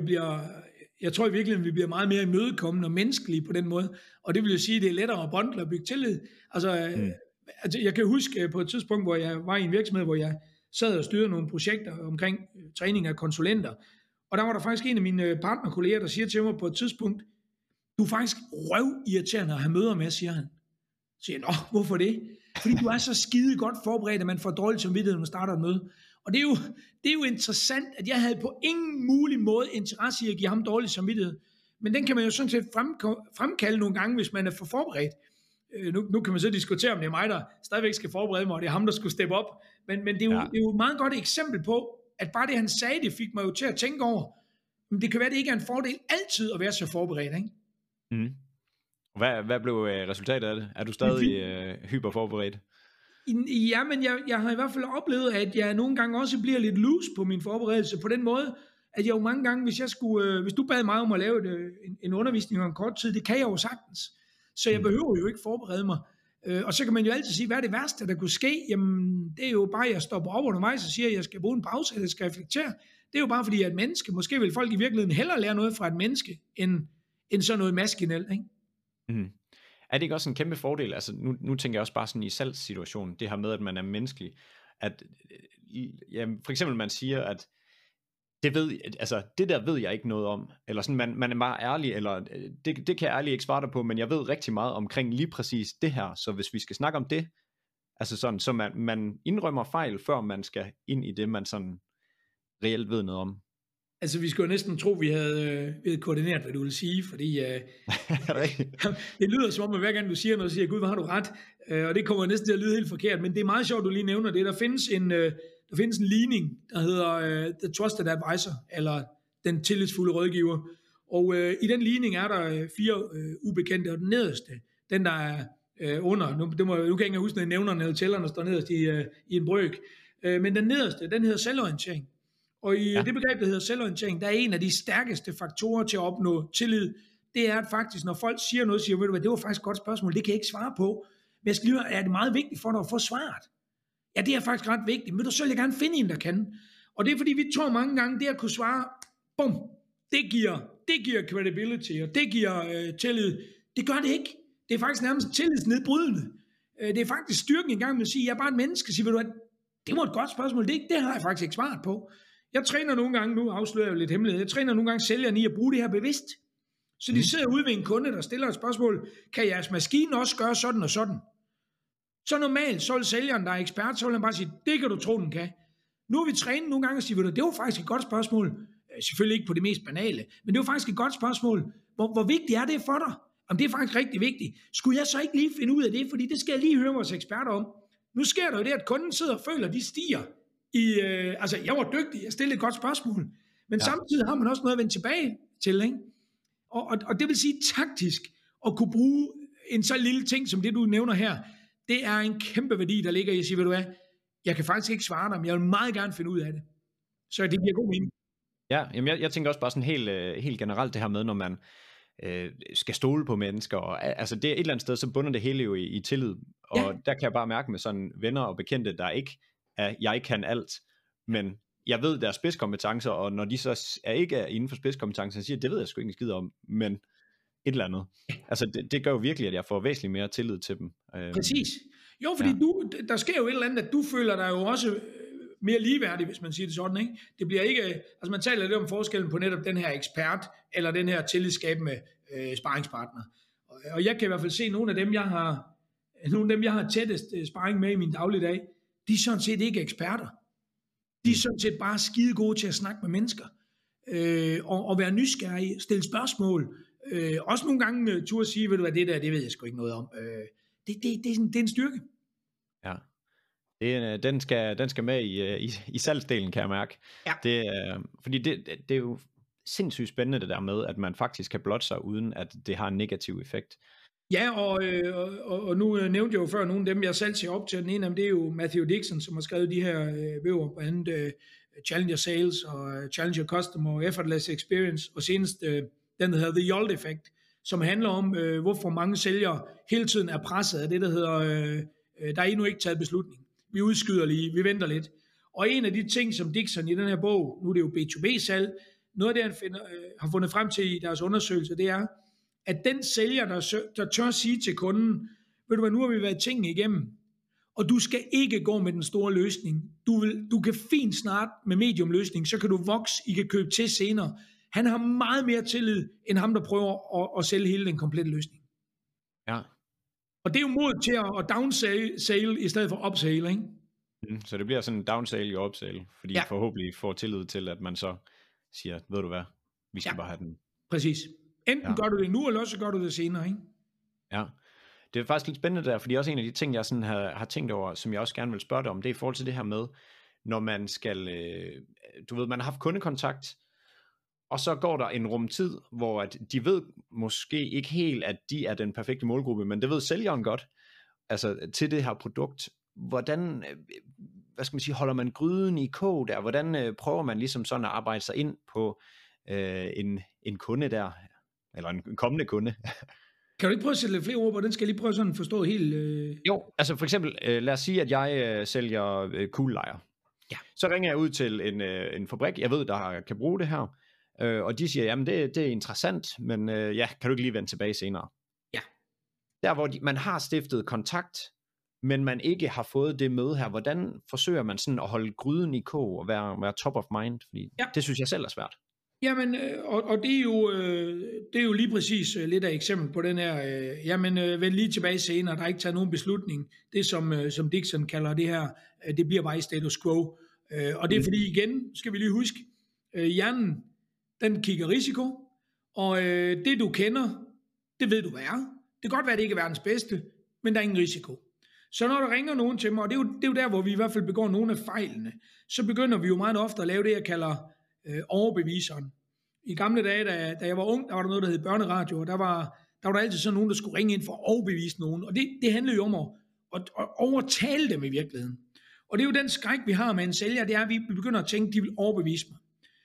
tror i virkeligheden, vi bliver meget mere imødekommende og menneskelige på den måde, og det vil jo sige, at det er lettere at bondle og bygge tillid. Altså, jeg kan huske på et tidspunkt, hvor jeg var i en virksomhed, hvor jeg sad og styrede nogle projekter omkring træning af konsulenter, og der var der faktisk en af mine partnerkolleger, der siger til mig på et tidspunkt, du er faktisk røvirriterende at have møder med, siger han. Så siger jeg, hvorfor det? Fordi du er så skide godt forberedt, at man får dårligt samvittighed, når man starter et møde. Og det er jo interessant, at jeg havde på ingen mulig måde interesse i at give ham dårlig samvittighed. Men den kan man jo sådan set fremkalde nogle gange, hvis man er for forberedt. Nu kan man så diskutere, om det er mig, der stadigvæk skal forberede mig, og det er ham, der skulle steppe op. Men det er jo et meget godt eksempel på, at bare det, han sagde, det fik mig jo til at tænke over, men det kan være, at det ikke er en fordel altid at være så forberedt, ikke? Mm. Hvad blev resultatet af det? Er du stadig hyperforberedt? Ja, men jeg har i hvert fald oplevet, at jeg nogle gange også bliver lidt loose på min forberedelse, på den måde, at jeg jo mange gange, hvis du bad mig om at lave en undervisning om kort tid, det kan jeg jo sagtens. Så jeg behøver jo ikke forberede mig. Og så kan man jo altid sige, hvad er det værste, der kunne ske? Jamen, det er jo bare, at jeg stopper op undervejs og siger, at jeg skal bruge en pause, eller jeg skal reflektere. Det er jo bare fordi, at et menneske, måske vil folk i virkeligheden hellere lære noget fra et menneske, end sådan noget maskinelt, ikke? Mm. Er det ikke også en kæmpe fordel? Altså nu tænker jeg også bare sådan i salgssituationen, det her med, at man er menneskelig, at for eksempel man siger, at det der ved jeg ikke noget om, eller sådan man er bare ærlig, eller det kan jeg ærligt ikke svare dig på, men jeg ved rigtig meget omkring lige præcis det her, så hvis vi skal snakke om det, altså sådan, så man indrømmer fejl, før man skal ind i det, man sådan reelt ved noget om. Altså, vi skulle jo næsten tro, vi havde koordineret, hvad du ville sige, fordi det lyder som om, at hver gang du siger noget, så siger jeg, Gud, hvor har du ret, og det kommer næsten til at lyde helt forkert, men det er meget sjovt, du lige nævner det. Der findes en ligning, der hedder The Trusted Advisor, eller den tillidsfulde rådgiver, og i den ligning er der 4 ubekendte, og den nederste, den der er under, nu kan jeg ikke huske, når jeg nævner, eller tællerne står nederst i en brøk, men den nederste, den hedder selvorientering. Og i det begreb, der hedder selvorientering, der er en af de stærkeste faktorer til at opnå tillid, det er at faktisk, når folk siger noget, siger, ved du hvad, det var faktisk et godt spørgsmål, det kan jeg ikke svare på, men jeg skal lige høre, er det meget vigtigt for dig at få svaret? Ja, det er faktisk ret vigtigt, men så vil jeg gerne finde en, der kan. Og det er fordi, vi tror mange gange, det at kunne svare, bum, det giver credibility, og det giver tillid. Det gør det ikke. Det er faktisk nærmest tillidsnedbrydende. Det er faktisk styrken en gang med at sige, jeg er bare et menneske, siger, ved du hvad, det var et godt spørgsmål, det har jeg faktisk ikke svaret på. Jeg træner nogle gange, nu afslører jeg lidt hemmelighed, jeg træner nogle gange sælgerne i at bruge det her bevidst. Så de sidder ude ved en kunde, der stiller et spørgsmål, kan jeres maskine også gøre sådan og sådan? Så normalt, så vil sælgeren, der er ekspert, så vil han bare sige, det kan du tro, den kan. Nu har vi trænet nogle gange og siger, det var faktisk et godt spørgsmål. Selvfølgelig ikke på det mest banale, men det var faktisk et godt spørgsmål. Hvor vigtigt er det for dig? Om det er faktisk rigtig vigtigt. Skulle jeg så ikke lige finde ud af det, fordi det skal jeg lige høre vores eksperter om. Nu sker der jo det, at kunden sidder og føler, at de stiger. Jeg var dygtig, jeg stillede et godt spørgsmål, men samtidig har man også noget at vende tilbage til, ikke? Og det vil sige taktisk at kunne bruge en så lille ting som det du nævner her, det er en kæmpe værdi der ligger i at sige, ved du hvad, jeg kan faktisk ikke svare dig, men jeg vil meget gerne finde ud af det, så det giver god mening. Ja, jamen jeg tænker også bare sådan helt generelt det her med, når man skal stole på mennesker, og altså det er et eller andet sted, så bunder det hele jo i tillid, og der kan jeg bare mærke med sådan venner og bekendte, der ikke er, jeg kan alt, men jeg ved deres spidskompetencer, og når de så ikke er inden for spidskompetencer, så siger det ved jeg sgu ikke en skid om, men et eller andet. Altså det gør jo virkelig, at jeg får væsentligt mere tillid til dem. Præcis. Jo, fordi der sker jo et eller andet, at du føler dig jo også mere ligeværdig, hvis man siger det sådan, ikke? Det bliver ikke, altså man taler lidt om forskellen på netop den her ekspert, eller den her tillidsskabende sparringspartner. Og jeg kan i hvert fald se, nogle af dem, jeg har tættest sparring med i min dagligdag, de er sådan set ikke eksperter. De er sådan set bare skide gode til at snakke med mennesker, og være nysgerrige, stille spørgsmål, også nogle gange turde sige, ved du hvad, det der, det ved jeg sgu ikke noget om. Det er en styrke. Ja. Den skal med i salgsdelen, kan jeg mærke. Ja. Fordi det er jo sindssygt spændende det der med, at man faktisk kan blotte sig, uden at det har en negativ effekt. Ja, og nu nævnte jeg jo før nogle af dem, jeg selv ser op til. Den ene af dem, det er jo Matthew Dixon, som har skrevet de her bøger, blandt andet Challenge Your Sales, og Challenge Your Customer, og Effortless Experience, og senest den, der hedder The Yolt Effect, som handler om, hvorfor mange sælgere hele tiden er presset af det, der hedder, der er endnu ikke taget beslutning. Vi udskyder lige, vi venter lidt. Og en af de ting, som Dixon i den her bog, nu er det jo B2B-salg, noget af det, han har fundet frem til i deres undersøgelse, det er, at den sælger, der tør sige til kunden, ved du hvad, nu har vi været tingene igennem, og du skal ikke gå med den store løsning. Du kan fint snart med medium løsning, så kan du vokse, I kan købe til senere. Han har meget mere tillid, end ham, der prøver at sælge hele den komplette løsning. Ja. Og det er jo mod til at downsale i stedet for upsale, ikke? Så det bliver sådan en downsale i upsale, fordi I forhåbentlig får tillid til, at man så siger, ved du hvad, vi skal bare have den. Præcis. Enten gør du det nu, eller også gør du det senere, ikke? Ja. Det er faktisk lidt spændende der, fordi også en af de ting, jeg sådan har tænkt over, som jeg også gerne vil spørge dig om, det er i forhold til det her med, når man skal, du ved, man har haft kundekontakt, og så går der en rum tid, hvor at de ved måske ikke helt, at de er den perfekte målgruppe, men det ved sælgeren godt, altså til det her produkt. Hvordan, hvad skal man sige, holder man gryden i kog der? Hvordan prøver man ligesom sådan at arbejde sig ind på en kunde der, eller en kommende kunde? Kan du ikke prøve at sætte lidt flere ord på den? Skal jeg lige prøve sådan at forstå helt... Jo, altså for eksempel, lad os sige, at jeg sælger kuglelejer. Ja. Så ringer jeg ud til en fabrik, jeg ved, der kan bruge det her, og de siger, jamen det er interessant, men kan du ikke lige vende tilbage senere? Ja. Der hvor man har stiftet kontakt, men man ikke har fået det møde her, hvordan forsøger man sådan at holde gryden i kog og være top of mind? Fordi det synes jeg selv er svært. Jamen, og det er jo lige præcis lidt af eksempel på den her, vend lige tilbage senere, der er ikke taget nogen beslutning. Det som Dixon kalder det her, det bliver bare i status quo. Og det er fordi, igen, skal vi lige huske, hjernen, den kigger risiko, og det du kender, det ved du hvad er. Det kan godt være, at det ikke er verdens bedste, men der er ingen risiko. Så når der ringer nogen til mig, og det er jo der, hvor vi i hvert fald begår nogle af fejlene, så begynder vi jo meget ofte at lave det, jeg kalder overbeviseren. I gamle dage, da jeg var ung, der var der noget, der hed børneradio, og der var der altid sådan nogen, der skulle ringe ind for at overbevise nogen, og det handlede jo om at overtale dem i virkeligheden. Og det er jo den skræk, vi har med en sælger, det er, at vi begynder at tænke, at de vil overbevise mig.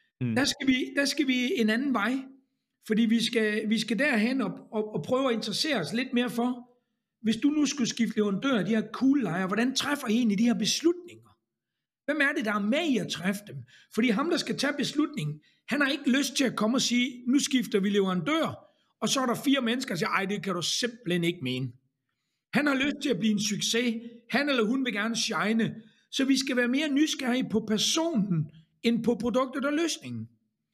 Der skal vi en anden vej, fordi vi skal derhen og prøve at interessere os lidt mere for, hvis du nu skulle skifte leverandør af de her kuglelejer, hvordan træffer I egentlig de her beslutninger? Hvem er det, der er med i at træffe dem? Fordi ham, der skal tage beslutningen, han har ikke lyst til at komme og sige, nu skifter vi leverandør, og så er der 4 mennesker, der siger, ej, det kan du simpelthen ikke mene. Han har lyst til at blive en succes. Han eller hun vil gerne shine. Så vi skal være mere nysgerrige på personen, end på produktet og løsningen.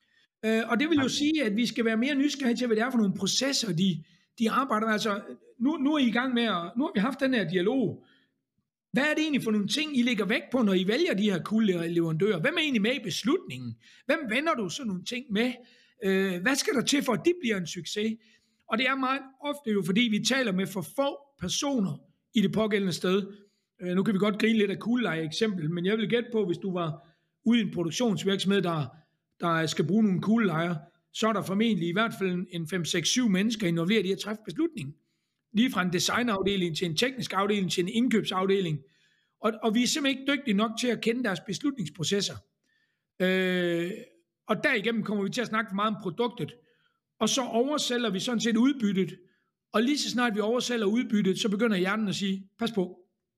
Og det vil jo sige, at vi skal være mere nysgerrige til, hvad det er for nogle processer, de arbejder med. Altså, nu er I gang med, nu har vi haft den her dialog. Hvad er det egentlig for nogle ting, I lægger vægt på, når I vælger de her leverandører? Hvem er egentlig med i beslutningen? Hvem vender du sådan nogle ting med? Hvad skal der til for, at de bliver en succes? Og det er meget ofte jo, fordi vi taler med for få personer i det pågældende sted. Nu kan vi godt grine lidt af kugleleje eksempel, men jeg vil gætte på, hvis du var ude i en produktionsvirksomhed, der skal bruge nogle kuglelejer, så er der formentlig i hvert fald en 5-6-7 mennesker involveret i at træffe beslutningen. Lige fra en designafdeling til en teknisk afdeling til en indkøbsafdeling. Og vi er simpelthen ikke dygtige nok til at kende deres beslutningsprocesser. Og derigennem kommer vi til at snakke for meget om produktet. og så oversælger vi sådan set udbyttet, og lige så snart vi oversælger udbyttet, så begynder hjernen at sige, pas på.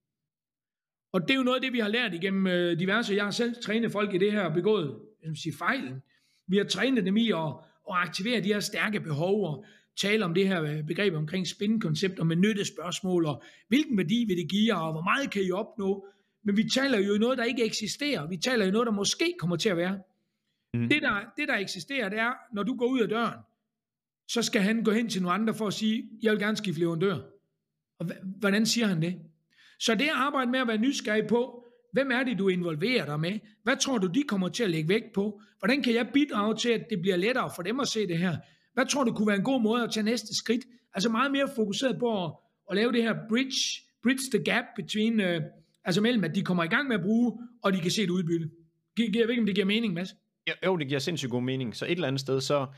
Og det er jo noget af det, vi har lært igennem diverse. Jeg har selv trænet folk i det her og begået fejlen. Vi har trænet dem i at aktivere de her stærke behov og tale om det her begreb omkring spin-koncepter med nyttespørgsmål og hvilken værdi vil det give jer, og hvor meget kan I opnå. Men vi taler jo noget, der ikke eksisterer. Vi taler jo noget, der måske kommer til at være. Det, der eksisterer, det er, når du går ud af døren, så skal han gå hen til nogle andre for at sige, jeg vil gerne skifte leverandør. Og hvordan siger han det? Så det at arbejde med at være nysgerrig på, hvem er det, du involverer dig med? Hvad tror du, de kommer til at lægge vægt på? Hvordan kan jeg bidrage til, at det bliver lettere for dem at se det her? Hvad tror du kunne være en god måde at tage næste skridt? Altså meget mere fokuseret på at lave det her bridge the gap between, altså mellem, at de kommer i gang med at bruge, og de kan se et udbytte. Jeg ved ikke, om det giver mening, Mads? Jo, det giver sindssygt god mening. Så et eller andet sted,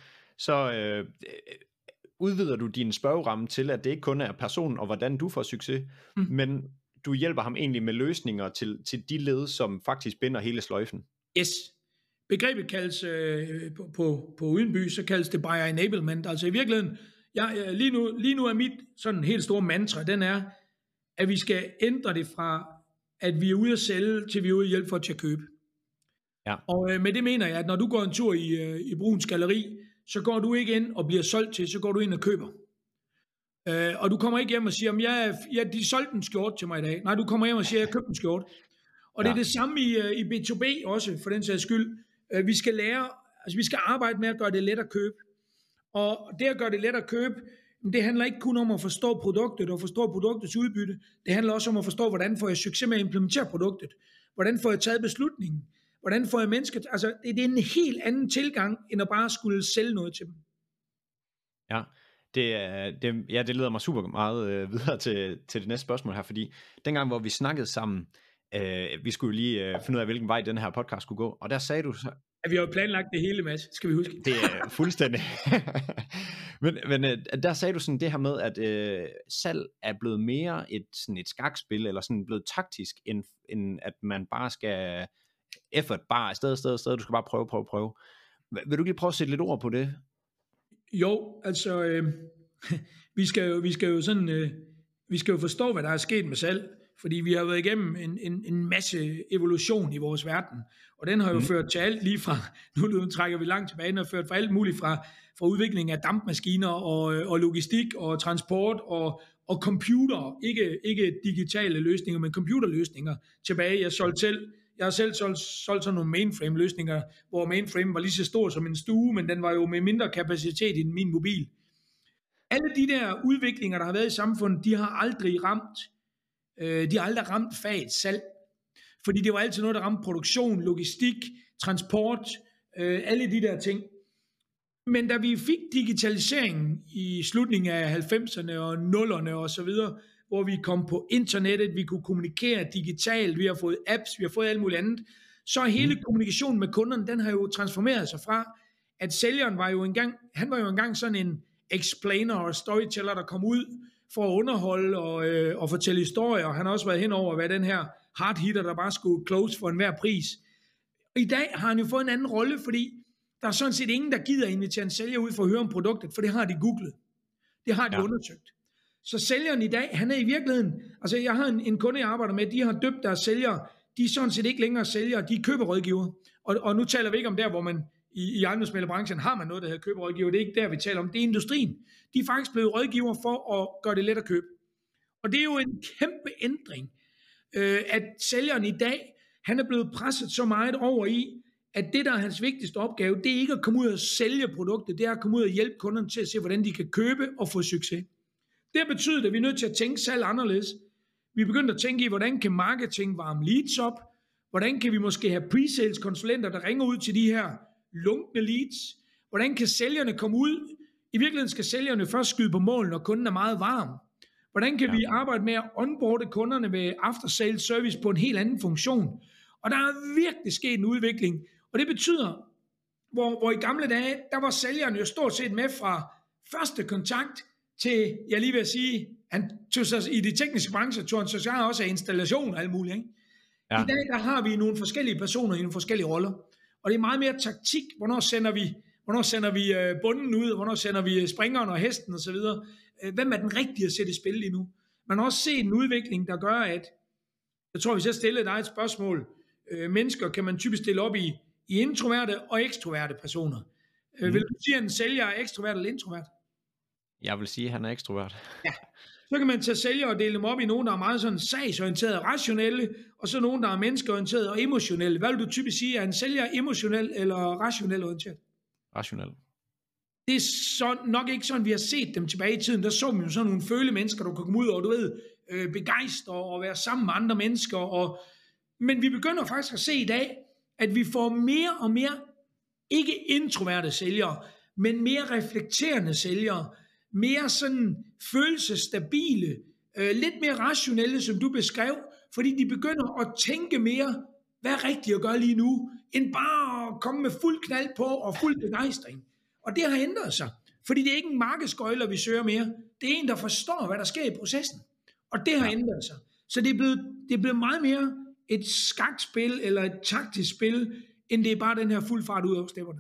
så udvider du din spørgeramme til, at det ikke kun er personen og hvordan du får succes, men du hjælper ham egentlig med løsninger til de led, som faktisk binder hele sløjfen. Yes. Begrebet kaldes på Udenby, så kaldes det buyer enablement. Altså i virkeligheden, lige nu er mit sådan helt store mantra, den er, at vi skal ændre det fra, at vi er ude at sælge, til vi er ude at hjælpe folk til at købe. Ja. Og med det mener jeg, at når du går en tur i Bruuns Galleri, så går du ikke ind og bliver solgt til, så går du ind og køber. Og du kommer ikke hjem og siger, de solgte en skjort til mig i dag. Nej, du kommer hjem og siger, jeg købte en skjort. Og det er det samme i B2B også, for den sags skyld. Vi skal lære, altså vi skal arbejde med at gøre det let at købe. Og det at gøre det let at købe, det handler ikke kun om at forstå produktet og forstå produktets udbytte. Det handler også om at forstå, hvordan får jeg succes med at implementere produktet. Hvordan får jeg taget beslutningen? Hvordan får jeg mennesker? Altså det er en helt anden tilgang, end at bare skulle sælge noget til dem. Ja. Det leder mig super meget videre til det næste spørgsmål her, fordi dengang, hvor vi snakkede sammen, vi skulle lige finde ud af, hvilken vej den her podcast skulle gå, og der sagde du så... Ja, vi har jo planlagt det hele, Mads, skal vi huske. Det er fuldstændig. men der sagde du sådan det her med, at salg er blevet mere sådan et skakspil, eller sådan blevet taktisk, end at man bare skal effort, bare afsted, du skal bare prøve. Vil du lige prøve at sætte lidt ord på det? Jo, altså, vi skal jo forstå, hvad der er sket med salg, fordi vi har været igennem en masse evolution i vores verden, og den har jo ført til alt lige fra, nu trækker vi langt tilbage, den har ført for alt muligt fra udvikling af dampmaskiner og logistik og transport og computer, ikke digitale løsninger, men computerløsninger tilbage. Jeg har selv solgt sådan nogle mainframe-løsninger, hvor mainframe var lige så stor som en stue, men den var jo med mindre kapacitet end min mobil. Alle de der udviklinger, der har været i samfundet, de har aldrig ramt fagets salg. Fordi det var altid noget, der ramte produktion, logistik, transport, alle de der ting. Men da vi fik digitaliseringen i slutningen af 90'erne og 0'erne og så videre, hvor vi kom på internettet, vi kunne kommunikere digitalt, vi har fået apps, vi har fået alt muligt andet, så hele kommunikationen med kunderne, den har jo transformeret sig fra, at sælgeren var jo engang sådan en explainer og storyteller, der kom ud for at underholde og fortælle historier, og han har også været hen over at være den her hard hitter, der bare skulle close for enhver pris. I dag har han jo fået en anden rolle, fordi der er sådan set ingen, der gider invitere en sælger ud for at høre om produktet, for det har de googlet. Det har de undersøgt. Så sælgeren i dag, han er i virkeligheden, altså jeg har en kunde, jeg arbejder med, de har døbt deres sælgere, de er sådan set ikke længere sælgere, de er køberådgiver. Og nu taler vi ikke om der, hvor man i ejendomsmæglerbranchen har man noget, der hedder køberådgiver, det er ikke der, vi taler om, det er industrien. De er faktisk blevet rådgiver for at gøre det let at købe. Og det er jo en kæmpe ændring, at sælgeren i dag, han er blevet presset så meget over i, at det, der er hans vigtigste opgave, det er ikke at komme ud og sælge produktet, det er at komme ud og hjælpe kunderne til at se, hvordan de kan købe og få succes. Det betyder, at vi er nødt til at tænke salg anderledes. Vi er begyndt at tænke i, hvordan kan marketing varme leads op? Hvordan kan vi måske have pre-sales konsulenter, der ringer ud til de her lunkne leads? Hvordan kan sælgerne komme ud? I virkeligheden skal sælgerne først skyde på mål, når kunden er meget varm. Hvordan kan vi arbejde med at onboarde kunderne med after sales service på en helt anden funktion? Og der er virkelig sket en udvikling. Og det betyder, hvor i gamle dage, der var sælgeren jo stort set med fra første kontakt til, jeg lige vil sige, han tog sig, i de tekniske brancher tog han sig også af installation og alt muligt. Ikke? Ja. I dag der har vi nogle forskellige personer i nogle forskellige roller, og det er meget mere taktik. Hvornår Hvornår sender vi bunden ud? Hvornår sender vi springeren og hesten osv.? Hvem er den rigtige at sætte i spil lige nu? Man har også set en udvikling, der gør, at jeg tror, hvis jeg stillede dig et spørgsmål, mennesker kan man typisk stille op i introverte og ekstroverte personer. Vil du sige, at en sælger er ekstrovert eller introvert? Jeg vil sige, at han er ekstrovert. Ja. Så kan man tage sælger og dele dem op i nogen, der er meget sådan sagsorienterede og rationelle, og så nogen, der er menneskeorienterede og emotionelle. Hvad vil du typisk sige, er en sælger emotionel eller rationel orienteret? Rationel. Det er så nok ikke sådan, vi har set dem tilbage i tiden. Der så man jo sådan nogle følemennesker, der kunne komme ud og, du ved, begejstre og være sammen med andre mennesker. Men vi begynder faktisk at se i dag, at vi får mere og mere, ikke introverte sælgere, men mere reflekterende sælgere, mere sådan følelsesstabile, lidt mere rationelle, som du beskrev, fordi de begynder at tænke mere, hvad er rigtigt at gøre lige nu, end bare at komme med fuld knald på og fuld begejstring. Og det har ændret sig, fordi det er ikke en markedsgøjler, vi søger mere. Det er en, der forstår, hvad der sker i processen. Og det har ændret sig. Så det er blevet meget mere et skakspil eller et taktisk spil, end det er bare den her fuld fart ud af stepperne.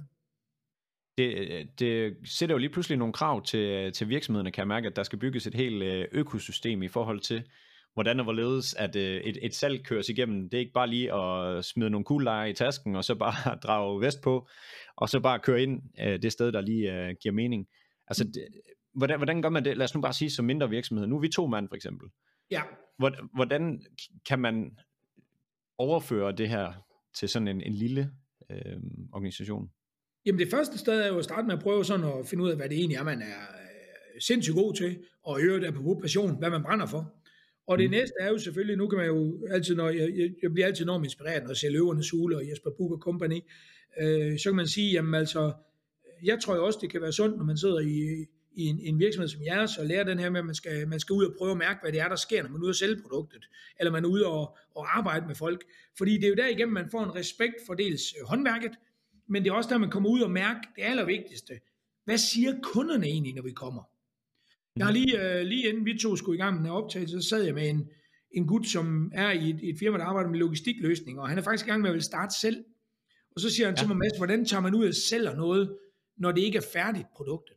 Det sætter jo lige pludselig nogle krav til virksomhederne, kan jeg mærke, at der skal bygges et helt økosystem i forhold til, hvordan og hvorledes at et salg køres igennem. Det er ikke bare lige at smide nogle kuglelejer i tasken, og så bare drage vest på, og så bare køre ind det sted, der lige giver mening. Altså, hvordan gør man det? Lad os nu bare sige, som mindre virksomhed. Nu er vi 2 mand for eksempel. Ja. Hvordan kan man overføre det her til sådan en lille organisation? Jamen det første sted er jo at starte med at prøve sådan at finde ud af, hvad det egentlig er, man er sindssygt god til, og høre det på passion, hvad man brænder for. Og det næste er jo selvfølgelig, nu kan man jo altid, når jeg bliver altid enormt inspireret, når jeg ser Løvernes Hule og Jesper Buch Company, så kan man sige, jamen altså, jeg tror jo også, det kan være sundt, når man sidder i en virksomhed som jeres, og lærer den her med, at man skal ud og prøve at mærke, hvad det er, der sker, når man er ude at sælge produktet, eller man er ude og arbejde med folk. Fordi det er jo derigennem, man får en respekt for dels håndværket, men det er også der, man kommer ud og mærke det allervigtigste. Hvad siger kunderne egentlig, når vi kommer? Jeg har lige inden vi to skulle i gang med den her optagelse, så sad jeg med en gut, som er i et firma, der arbejder med logistikløsninger, og han er faktisk i gang med at ville starte selv. Og så siger han til mig, Mads, hvordan tager man ud og sælger noget, når det ikke er færdigt, produktet?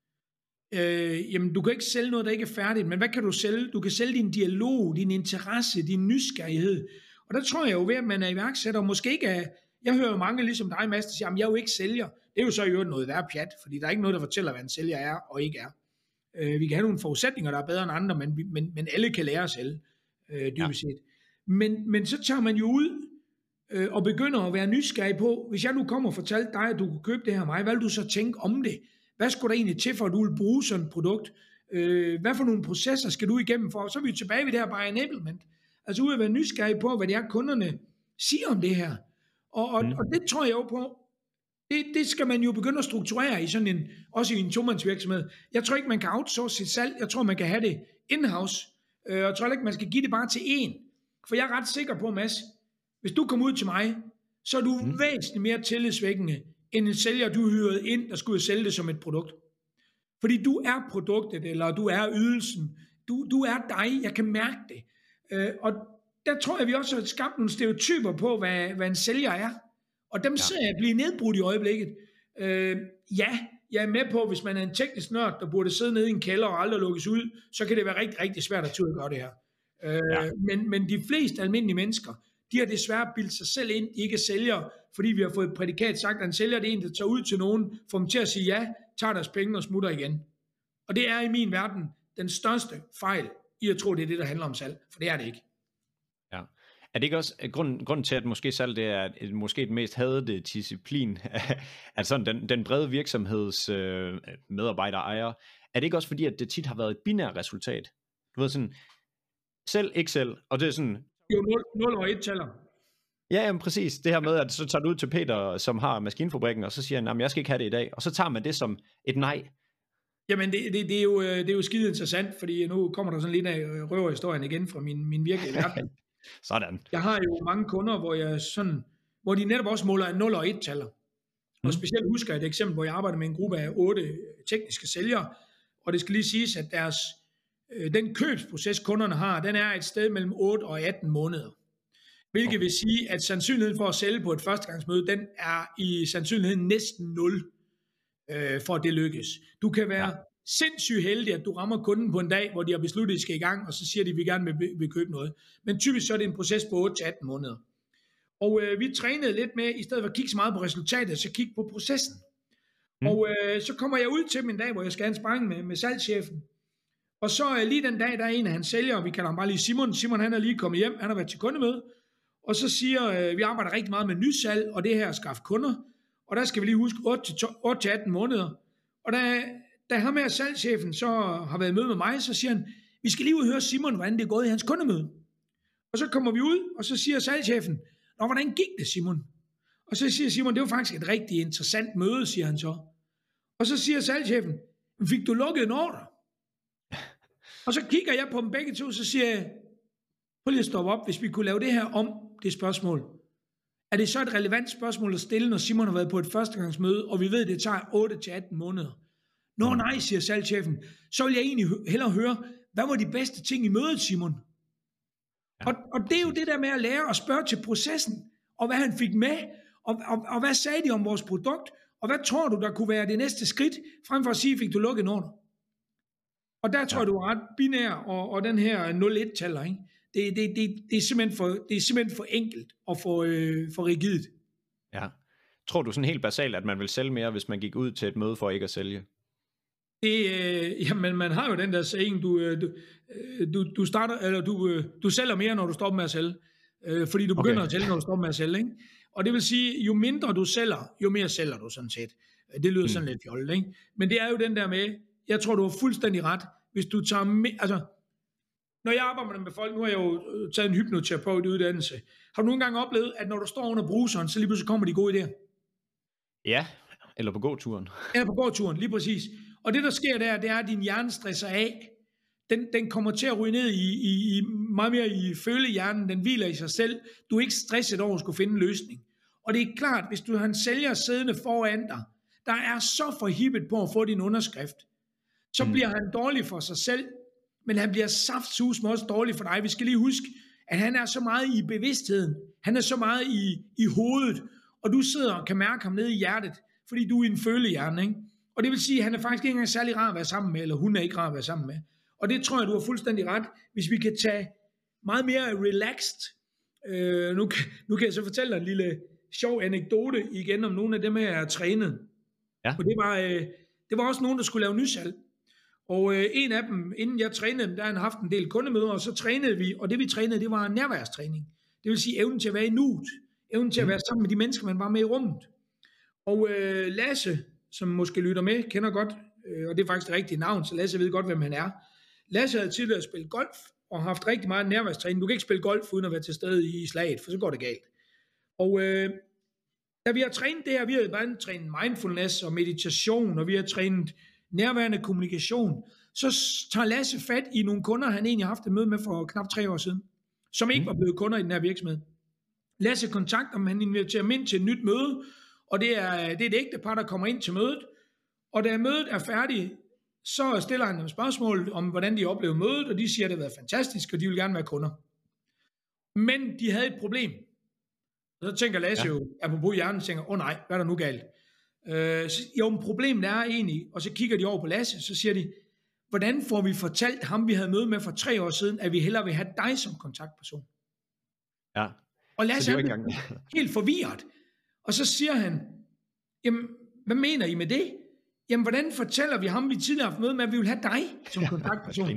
Jamen, du kan ikke sælge noget, der ikke er færdigt, men hvad kan du sælge? Du kan sælge din dialog, din interesse, din nysgerrighed. Og der tror jeg jo ved, at man er iværksætter, og måske ikke er. Jeg hører jo mange ligesom dig, Mads, der siger, at jeg er jo ikke sælger. Det er jo så jo noget værd pjat, fordi der er ikke noget, der fortæller, hvad en sælger er og ikke er. Vi kan have nogle forudsætninger, der er bedre end andre, men alle kan lære at sælge, dybest set. Men så tager man jo ud og begynder at være nysgerrig på, hvis jeg nu kommer og fortalte dig, at du kunne købe det her af mig, hvad vil du så tænke om det? Hvad skulle der egentlig til, for at du vil bruge sådan et produkt? Hvad for nogle processer skal du igennem for? Så er vi tilbage ved det her by enablement. Altså ud at være nysgerrig på, hvad det er, kunderne siger om det her. Og det tror jeg jo på. Det skal man jo begynde at strukturere i sådan også i en tomandsvirksomhed. Jeg tror ikke, man kan outsource sit salg. Jeg tror, man kan have det in-house. Jeg tror ikke, man skal give det bare til én. For jeg er ret sikker på, Mads, hvis du kommer ud til mig, så er du væsentligt mere tillidsvækkende, end en sælger, du hyrede ind, der skulle sælge det som et produkt. Fordi du er produktet, eller du er ydelsen. Du er dig. Jeg kan mærke det. Og der tror jeg, vi også har skabt nogle stereotyper på, hvad en sælger er. Og dem ser jeg blive nedbrudt i øjeblikket. Ja, jeg er med på, hvis man er en teknisk nørd, der burde sidde nede i en kælder og aldrig lukkes ud, så kan det være rigtig, rigtig svært at gøre det her. Men de fleste almindelige mennesker, de har desværre bildt sig selv ind, de ikke er sælgere, fordi vi har fået et prædikat sagt, at en sælger det er en, der tager ud til nogen, får dem til at sige ja, tager deres penge og smutter igen. Og det er i min verden den største fejl i at tro, det er det, der handler om salg, for det er det ikke. Ja. Er det ikke også grunden til, at måske salg det er måske et mest hadede disciplin, at sådan den brede virksomheds medarbejder ejer, er det ikke også fordi, at det tit har været et binært resultat? Du ved sådan, selv, ikke selv, og det er sådan... Jo, 0 og 1 tæller. Ja, jamen præcis. Det her med, at så tager du ud til Peter, som har maskinfabrikken, og så siger han, jeg skal ikke have det i dag, og så tager man det som et nej. Jamen, det er jo skide interessant, fordi nu kommer der sådan lidt af røverhistorien igen fra min virkelige verden. Sådan. Jeg har jo mange kunder, hvor de netop også måler 0 og 1 taller. Og specielt husker jeg et eksempel, hvor jeg arbejder med en gruppe af 8 tekniske sælgere, og det skal lige siges, at den købsproces, kunderne har, den er et sted mellem 8 og 18 måneder. Hvilket vil sige, at sandsynligheden for at sælge på et førstegangsmøde, den er i sandsynligheden næsten 0. for at det lykkes. Du kan være sindssygt heldig, at du rammer kunden på en dag, hvor de har besluttet, at de skal i gang, og så siger de, at vi gerne vil købe noget. Men typisk så er det en proces på 8-18 måneder. Og vi trænede lidt med, i stedet for at kigge så meget på resultatet, så kigge på processen. Og så kommer jeg ud til min dag, hvor jeg skal have en sparring med salgschefen. Og så lige den dag, der er en af hans sælgere, vi kalder ham bare lige Simon. Simon, han er lige kommet hjem, han har været til kundemøde. Og så siger, vi arbejder rigtig meget med nysalg, og det her at skaffe kunder. Og der skal vi lige huske 8-18 måneder. Og da ham her salgschefen så har været i møde med mig, så siger han, vi skal lige ud og høre Simon, hvordan det er gået i hans kundemøde. Og så kommer vi ud, og så siger salgschefen, nå, hvordan gik det, Simon? Og så siger Simon, det var faktisk et rigtig interessant møde, siger han så. Og så siger salgschefen, fik du lukket en ordre? Og så kigger jeg på dem begge to, så siger jeg, prøv lige at stoppe op, hvis vi kunne lave det her om, det spørgsmål. Er det så et relevant spørgsmål at stille, når Simon har været på et førstegangsmøde, og vi ved, at det tager 8-18 måneder? Nå nej, siger salgschefen, så vil jeg egentlig hellere høre, hvad var de bedste ting i mødet, Simon? Og det er jo det der med at lære at spørge til processen, og hvad han fik med, og hvad sagde de om vores produkt, og hvad tror du, der kunne være det næste skridt, frem for at sige, fik du lukket en ordre? Og der tror jeg, du er ret binær, og den her 0-1-taller, ikke? Det er simpelthen for enkelt og for rigidt. Ja. Tror du sådan helt basalt, at man vil sælge mere, hvis man gik ud til et møde for ikke at sælge? Jamen, man har jo den der saying, du sælger mere, når du stopper med at sælge. Fordi du begynder at sælge, når du stopper med at sælge, ikke? Og det vil sige, jo mindre du sælger, jo mere sælger du sådan set. Det lyder sådan lidt fjollet, ikke? Men det er jo den der med, jeg tror, du har fuldstændig ret. Hvis du tager altså, når jeg arbejder med folk, nu har jeg jo taget en hypnoterapeut uddannelse. Har du nogle gange oplevet, at når du står under bruseren, så lige pludselig kommer de gode idéer? Ja, eller på gåturen. Eller på gåturen, lige præcis. Og det der sker der, det er, at din hjerne stresser af. Den kommer til at ryge ned i meget mere i følehjernen. Den hviler i sig selv. Du er ikke stresset over at skulle finde en løsning. Og det er klart, hvis du har en sælger siddende foran dig, der er så forhippet på at få din underskrift, så bliver han dårlig for sig selv, men han bliver saftsusme også dårlig for dig. Vi skal lige huske, at han er så meget i bevidstheden. Han er så meget i hovedet, og du sidder og kan mærke ham nede i hjertet, fordi du er i en følehjerne, ikke? Og det vil sige, at han er faktisk ikke engang særlig rar at være sammen med, eller hun er ikke rar at være sammen med. Og det tror jeg, du har fuldstændig ret. Hvis vi kan tage meget mere relaxed, nu kan jeg så fortælle dig en lille sjov anekdote igen om nogle af dem, jeg har trænet. Ja. Og det var også nogen, der skulle lave nysalg. Og en af dem, inden jeg trænede dem, der han haft en del kundemøder, og så trænede vi, og det vi trænede, det var nærværstræning. Det vil sige evnen til at være i nuet, evnen til at være sammen med de mennesker, man var med i rummet. Og Lasse, som måske lytter med, kender godt, og det er faktisk det rigtige navn, så Lasse ved godt, hvem han er. Lasse havde tidligere spillet golf, og haft rigtig meget nærværstræning. Du kan ikke spille golf, uden at være til stede i slaget, for så går det galt. Og da vi har trænet det her, vi har blandt trænet mindfulness og meditation, og vi har trænet nærværende kommunikation, så tager Lasse fat i nogle kunder, han egentlig har haft et møde med for knap 3 år siden, som ikke var blevet kunder i den her virksomhed. Lasse kontakter ham, han inviterer dem ind til et nyt møde, og det er et ægtepar, der kommer ind til mødet, og da mødet er færdigt, så stiller han dem spørgsmål om, hvordan de oplever mødet, og de siger, at det har været fantastisk, og de vil gerne være kunder. Men de havde et problem. Så tænker Lasse jo, apropos hjernen, tænker, nej, hvad er der nu galt? Jo, problemet er egentlig, og så kigger de over på Lasse, så siger de, hvordan får vi fortalt ham, vi havde møde med for 3 år siden, at vi hellere vil have dig som kontaktperson? Ja. Og Lasse er helt forvirret. Og så siger han, jamen, hvad mener I med det? Jamen, hvordan fortæller vi ham, vi tidligere har haft møde med, at vi vil have dig som kontaktperson?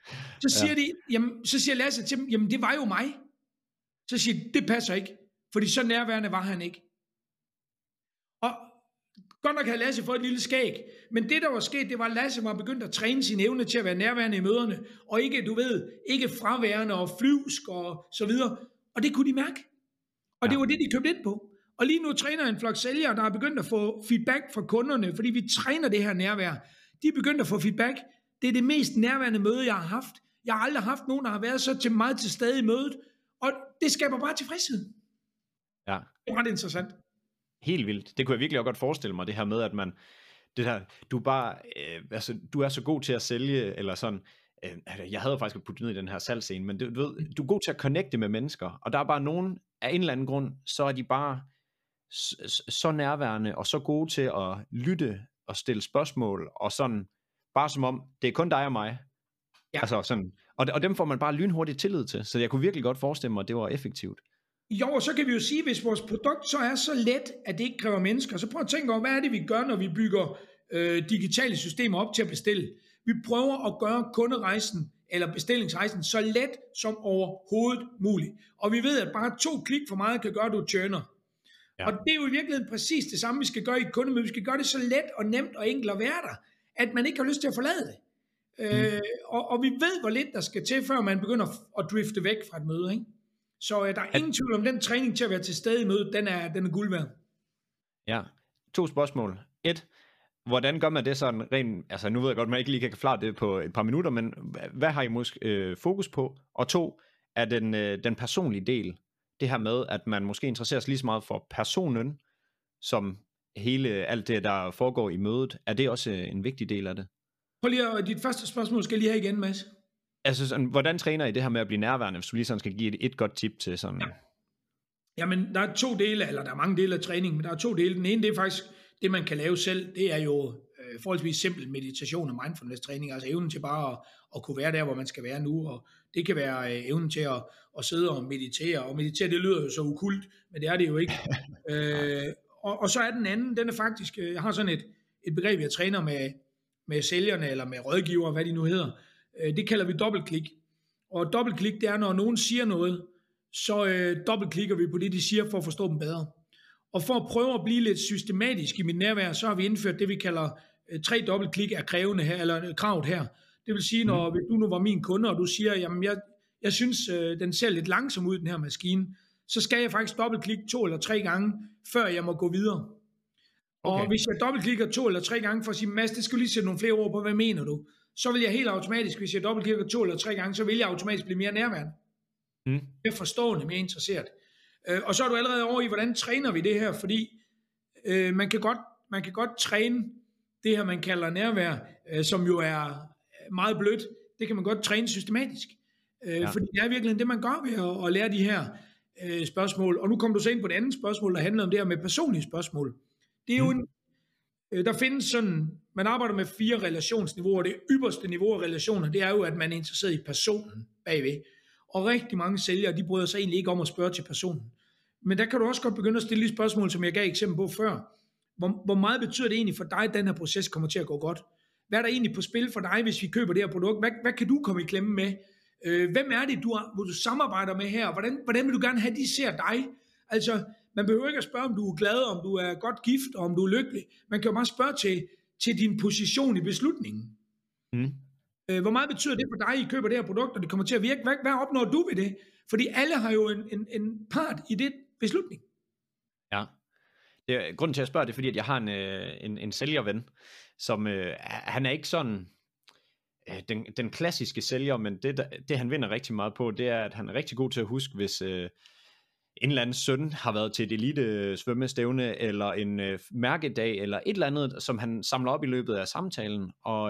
Så siger Lasse til dem, jamen, det var jo mig. Så siger de, det passer ikke, fordi så nærværende var han ikke. Og godt nok havde Lasse fået et lille skæg, men det der var sket, det var, at Lasse var begyndt at træne sin evne til at være nærværende i møderne, og ikke, ikke fraværende og flyvsk og så videre. Og det kunne de mærke. Og det var det, de købte ind på. Og lige nu træner en flok sælgere, der er begyndt at få feedback fra kunderne, fordi vi træner det her nærvær. De er begyndt at få feedback. Det er det mest nærværende møde, jeg har haft. Jeg har aldrig haft nogen, der har været så meget til stede i mødet, og det skaber bare tilfredshed. Ja. Det er ret interessant. Helt vildt. Det kunne jeg virkelig også godt forestille mig, det her med, at man, det der, du bare, du er så god til at sælge, eller sådan, jeg havde faktisk puttet ned i den her salgsscene, men du ved, du er god til at connecte med mennesker, og der er bare nogen, af en eller anden grund, så er de bare så nærværende, og så gode til at lytte at stille spørgsmål, og sådan, bare som om, det er kun dig og mig. Ja. Altså sådan, og dem får man bare lynhurtigt tillid til, så jeg kunne virkelig godt forestille mig, at det var effektivt. Jo, og så kan vi jo sige, hvis vores produkt så er så let, at det ikke kræver mennesker, så prøv at tænke over, hvad er det, vi gør, når vi bygger digitale systemer op til at bestille. Vi prøver at gøre kunderejsen eller bestillingsrejsen så let som overhovedet muligt. Og vi ved, at bare 2 klik for meget kan gøre, at du tjener. Ja. Og det er jo i virkeligheden præcis det samme, vi skal gøre i kundemøde. Vi skal gøre det så let og nemt og enkelt at være der, at man ikke har lyst til at forlade det. Og vi ved, hvor lidt der skal til, før man begynder at drifte væk fra et møde, ikke? Så der er ingen tvivl om, den træning til at være til stede i mødet, den er guld værd. Ja, 2 spørgsmål. 1. Hvordan gør man det sådan rent, altså nu ved jeg godt, man ikke lige kan forklare det på et par minutter, men hvad har I måske fokus på? Og 2, er den personlige del, det her med, at man måske interesserer sig lige så meget for personen, som alt det, der foregår i mødet, er det også en vigtig del af det? Prøv lige, dit første spørgsmål skal jeg lige have igen, Mads. Altså sådan, hvordan træner I det her med at blive nærværende, hvis du lige sådan skal give et godt tip til sådan? Ja. Jamen, der er 2 dele, eller der er mange dele af træningen, men der er 2 dele. Den ene, det er faktisk det, man kan lave selv. Det er jo forholdsvis simpel meditation og mindfulness træning, altså evnen til bare at kunne være der, hvor man skal være nu, og det kan være evnen til at sidde og meditere, og meditere, det lyder jo så ukult, men det er det jo ikke. Og så er den anden, den er faktisk, jeg har sådan et begreb, jeg træner med sælgerne, eller med rådgivere, hvad de nu hedder, det kalder vi dobbeltklik. Og dobbeltklik, det er, når nogen siger noget, så dobbeltklikker vi på det, de siger, for at forstå dem bedre. Og for at prøve at blive lidt systematisk i mit nærvær, så har vi indført det, vi kalder 3 dobbeltklik af krævende her, eller kravet her. Det vil sige, når du nu var min kunde, og du siger, jamen jeg synes, den ser lidt langsom ud, den her maskine, så skal jeg faktisk dobbeltklikke 2 eller 3 gange, før jeg må gå videre. Okay. Og hvis jeg dobbeltklikker 2 eller 3 gange for at sige, Mads, det skal lige sætte nogle flere ord på, hvad mener du? Så vil jeg helt automatisk, hvis jeg dobbeltklikker 2 eller 3 gange, så vil jeg automatisk blive mere nærværende. Mere forstående, mere interesseret. Og så er du allerede over i, hvordan træner vi det her, fordi man kan godt træne det her, man kalder nærvær, som jo er meget blødt, det kan man godt træne systematisk. Fordi det er virkelig det, man gør ved at lære de her spørgsmål. Og nu kommer du så ind på det andet spørgsmål, der handler om det her med personlige spørgsmål. Det er jo der findes sådan, man arbejder med 4 relationsniveauer. Det ypperste niveau af relationer, det er jo, at man er interesseret i personen bagved. Og rigtig mange sælgere, de bryder sig egentlig ikke om at spørge til personen. Men der kan du også godt begynde at stille de spørgsmål, som jeg gav eksempel på før. Hvor meget betyder det egentlig for dig, at den her proces kommer til at gå godt? Hvad er der egentlig på spil for dig, hvis vi køber det her produkt? Hvad kan du komme i klemme med? Hvem er det, du samarbejder med her? Hvordan vil du gerne have, de ser dig? Altså, man behøver ikke at spørge, om du er glad, om du er godt gift, og om du er lykkelig. Man kan jo bare spørge til din position i beslutningen. Hvor meget betyder det for dig, I køber det her produkt, og det kommer til at virke? Hvad opnår du ved det? Fordi alle har jo en part i det beslutning. Ja. Grunden til at spørge det er, fordi at jeg har en sælgerven, som han er ikke sådan den klassiske sælger, men det han vinder rigtig meget på, det er, at han er rigtig god til at huske, hvis en eller anden søn har været til et elite svømmestævne, eller en mærkedag, eller et eller andet, som han samler op i løbet af samtalen, og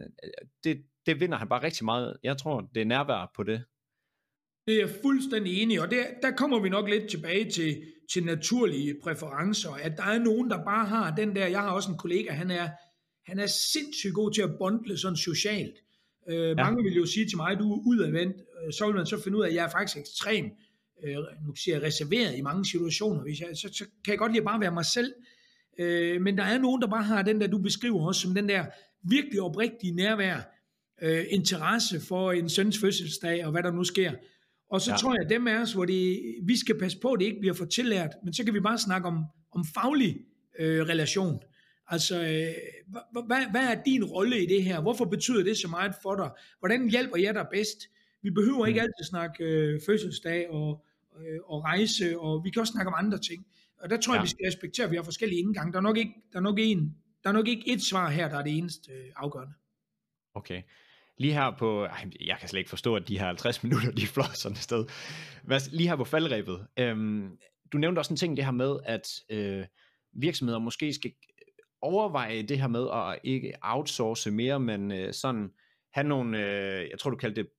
det vinder han bare rigtig meget. Jeg tror, det er nærvær på det. Det er jeg fuldstændig enig i, og der kommer vi nok lidt tilbage til naturlige præferencer, at der er nogen, der bare har den der, jeg har også en kollega, han er sindssygt god til at bondle sådan socialt. Mange vil jo sige til mig, du er udadvendt, så vil man så finde ud af, at jeg er faktisk ekstrem, nu siger jeg reserveret i mange situationer, så kan jeg godt lide at bare være mig selv, men der er nogen, der bare har den der, du beskriver også, som den der virkelig oprigtige nærvær, interesse for en søns fødselsdag, og hvad der nu sker. Og så tror jeg, at dem af os, hvor vi skal passe på, at det ikke bliver for tillært, men så kan vi bare snakke om faglig relation. Altså, hvad er din rolle i det her? Hvorfor betyder det så meget for dig? Hvordan hjælper jeg dig bedst? Vi behøver ikke altid snakke fødselsdag og rejse, og vi kan også snakke om andre ting. Og der tror jeg, vi skal respektere, at vi har forskellige indgange. Der er nok ikke et svar her, der er det eneste afgørende. Okay. Lige her på, jeg kan slet ikke forstå, at de her 50 minutter, de flår sådan et sted. Lige her på faldrebet. Du nævnte også en ting, det her med, at virksomheder måske skal overveje det her med at ikke outsource mere, men sådan have nogle, jeg tror du kaldte det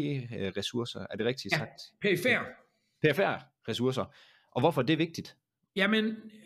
ressourcer. Er det rigtigt sagt? Perifære ressourcer. Og hvorfor er det vigtigt? Jamen,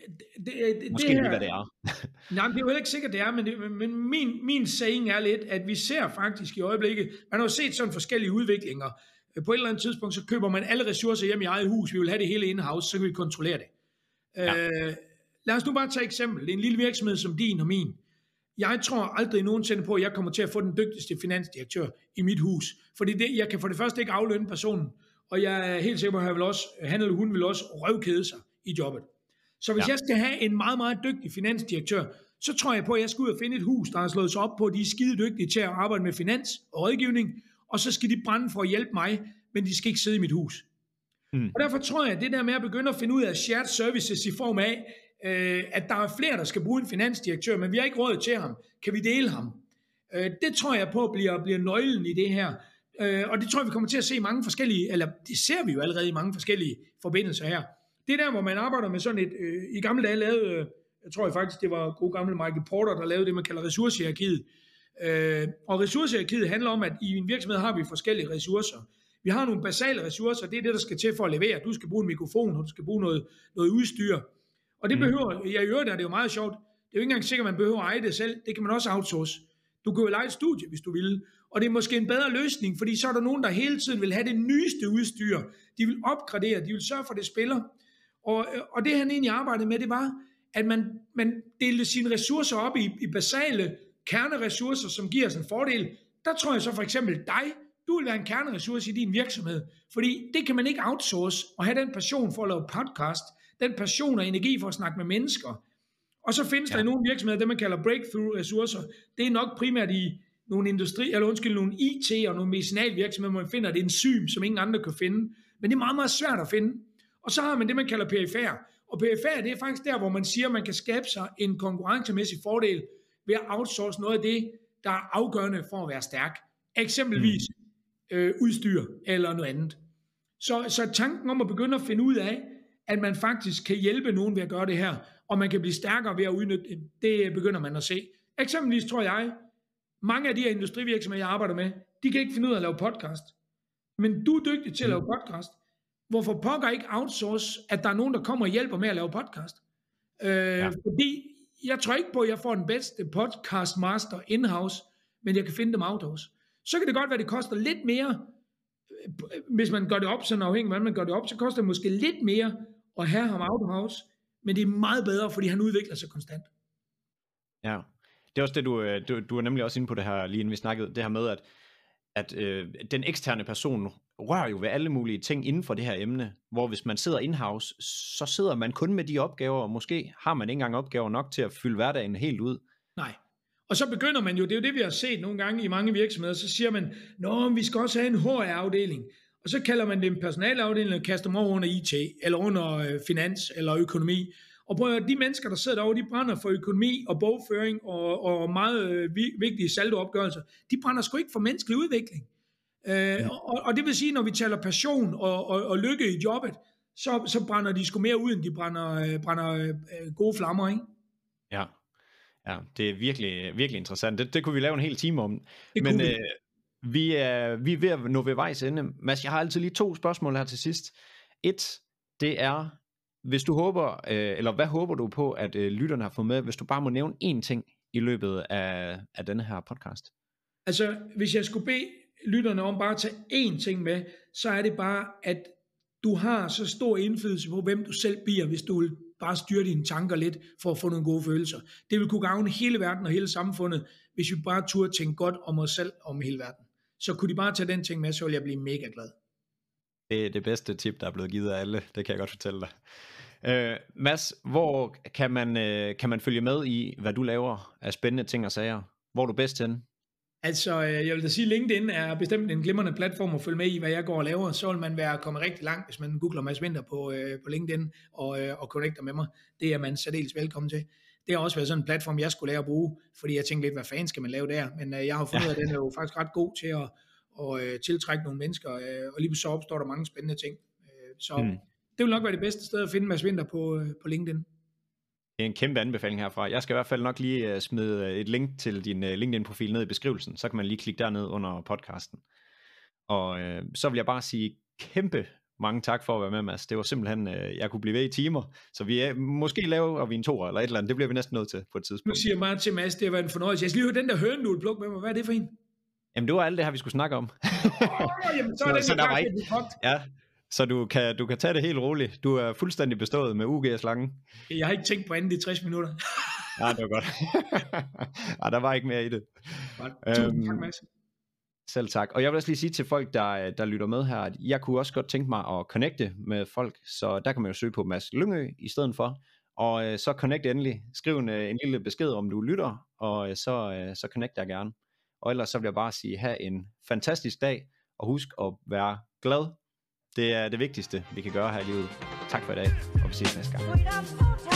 Måske det lige, her, hvad det er. nej, det er jo heller ikke sikkert, det er, men min saying er lidt, at vi ser faktisk i øjeblikket, man har jo set sådan forskellige udviklinger. På et eller andet tidspunkt, så køber man alle ressourcer hjem i eget hus, vi vil have det hele in-house, så kan vi kontrollere det. Ja. Lad os nu bare tage et eksempel. Det er en lille virksomhed som din og min. Jeg tror aldrig nogensinde på, at jeg kommer til at få den dygtigste finansdirektør i mit hus. Fordi jeg kan for det første ikke aflønne personen, og jeg er helt sikker på, at han eller hun vil også røvkede sig i jobbet. Så hvis jeg skal have en meget, meget dygtig finansdirektør, så tror jeg på, at jeg skal ud og finde et hus, der har slået sig op på, at de er skide dygtige til at arbejde med finans og rådgivning, og så skal de brænde for at hjælpe mig, men de skal ikke sidde i mit hus. Og derfor tror jeg, at det der med at begynde at finde ud af shared services i form af, at der er flere, der skal bruge en finansdirektør, men vi har ikke råd til ham. Kan vi dele ham? Det tror jeg på bliver nøglen i det her. Og det tror jeg, vi kommer til at se mange forskellige, eller det ser vi jo allerede i mange forskellige forbindelser her. Det er der, hvor man arbejder med sådan et, i gamle dage lavede, jeg tror faktisk, det var god gamle Michael Porter, der lavede det, man kalder ressourcehierarkiet. Og ressourcehierarkiet handler om, at i en virksomhed har vi forskellige ressourcer. Vi har nogle basale ressourcer, det er det, der skal til for at levere. Du skal bruge en mikrofon, og du skal bruge noget udstyr. Og det behøver, i øvrigt er det jo meget sjovt, det er jo ikke engang sikkert, at man behøver at eje det selv, det kan man også outsource. Du kan jo lege et studie, hvis du vil, og det er måske en bedre løsning, fordi så er der nogen, der hele tiden vil have det nyeste udstyr, de vil opgradere, de vil sørge for, at det spiller. Og det han egentlig arbejdede med, det var, at man delte sine ressourcer op i basale kerneressourcer, som giver os en fordel. Der tror jeg så for eksempel dig, du vil være en kerneressource i din virksomhed, fordi det kan man ikke outsource, og have den passion for at lave podcast, den passion og energi for at snakke med mennesker. Og så findes der i nogle virksomheder, det man kalder breakthrough-ressourcer. Det er nok primært i nogle nogle IT og nogle medicinalvirksomheder, hvor man finder et enzym, som ingen andre kan finde. Men det er meget, meget svært at finde. Og så har man det, man kalder perifær. Og perifær, det er faktisk der, hvor man siger, at man kan skabe sig en konkurrencemæssig fordel ved at outsource noget af det, der er afgørende for at være stærk. Eksempelvis udstyr eller noget andet. Så tanken om at begynde at finde ud af, at man faktisk kan hjælpe nogen ved at gøre det her, og man kan blive stærkere ved at udnytte det, det begynder man at se. Eksempelvis tror jeg, mange af de her industrivirksomheder, jeg arbejder med, de kan ikke finde ud af at lave podcast. Men du er dygtig til at lave podcast. Hvorfor pokker ikke outsource, at der er nogen, der kommer og hjælper med at lave podcast? Fordi jeg tror ikke på, at jeg får den bedste podcast master in-house, men jeg kan finde dem outhouse. Så kan det godt være, at det koster lidt mere, hvis man gør det op, sådan afhængig af, hvordan man gør det op, så koster det måske lidt mere at have ham outhouse, men det er meget bedre, fordi han udvikler sig konstant. Ja, det er også det, du er nemlig også inde på det her, lige inden vi snakkede, det her med, at den eksterne person rører jo ved alle mulige ting inden for det her emne, hvor hvis man sidder in-house, så sidder man kun med de opgaver, og måske har man ikke engang opgaver nok til at fylde hverdagen helt ud. Nej. Og så begynder man jo, det er jo det, vi har set nogle gange i mange virksomheder, så siger man, vi skal også have en HR-afdeling, og så kalder man det en personalafdeling, og kaster dem over under IT, eller under finans, eller økonomi. Og prøv at de mennesker, der sidder derovre, de brænder for økonomi og bogføring, og meget vigtige saldoopgørelser, de brænder sgu ikke for menneskelig udvikling. Og det vil sige, når vi taler passion og lykke i jobbet, så brænder de sgu mere ud, end de brænder gode flammer, ikke? Ja, det er virkelig, virkelig interessant. Det kunne vi lave en hel time om. Men vi er ved at nå ved vejs ende. Mads, jeg har altid lige 2 spørgsmål her til sidst. 1, det er, hvis du håber, eller hvad håber du på, at lytterne har fået med, hvis du bare må nævne 1 ting i løbet af denne her podcast? Altså, hvis jeg skulle bede lytterne om bare at tage 1 ting med, så er det bare, at du har så stor indflydelse på, hvem du selv bliver, hvis du vil bare styre dine tanker lidt, for at få nogle gode følelser. Det vil kunne gavne hele verden og hele samfundet, hvis vi bare turde tænke godt om os selv og om hele verden. Så kunne de bare tage den ting med, så ville jeg blive mega glad. Det er det bedste tip, der er blevet givet af alle, det kan jeg godt fortælle dig. Mads, hvor kan man følge med i, hvad du laver af spændende ting og sager? Hvor er du bedst henne? Altså, jeg vil da sige, LinkedIn er bestemt en glimrende platform at følge med i, hvad jeg går og laver. Så vil man være kommet rigtig langt, hvis man googler Mads Winther på LinkedIn og connecter med mig. Det er man særdeles velkommen til. Det har også været sådan en platform, jeg skulle lære at bruge, fordi jeg tænkte lidt, hvad fanden skal man lave der? Men jeg har fundet ud af, at den er jo faktisk ret god til at tiltrække nogle mennesker, og lige så opstår der mange spændende ting. Det vil nok være det bedste sted at finde Mads Winther på LinkedIn. Det er en kæmpe anbefaling herfra. Jeg skal i hvert fald nok lige smide et link til din LinkedIn-profil ned i beskrivelsen, så kan man lige klikke derned under podcasten. Og så vil jeg bare sige kæmpe Mange tak for at være med, Mads. Det var simpelthen, jeg kunne blive ved i timer, så vi måske laver vi en 2'er eller et eller andet. Det bliver vi næsten nødt til på et tidspunkt. Nu siger meget til Mads, det har været en fornøjelse. Jeg skal lige høre den der høne, du vil plukke med mig. Hvad er det for en? Jamen, det var alt det her, vi skulle snakke om. Jamen, så er det der var ikke. Ja, så du kan tage det helt roligt. Du er fuldstændig bestået med UG og slangen. Jeg har ikke tænkt på andet i 60 minutter. Ja, det var godt. Ja, der var ikke mere i det. Tusind tak, Mads. Selv tak. Og jeg vil også lige sige til folk, der lytter med her, at jeg kunne også godt tænke mig at connecte med folk, så der kan man jo søge på Mads Lyngø i stedet for, og så connect endelig. Skriv en lille besked, om du lytter, og så connect jeg gerne. Og ellers så vil jeg bare sige, have en fantastisk dag, og husk at være glad. Det er det vigtigste, vi kan gøre her i livet. Tak for i dag, og vi ses næste gang.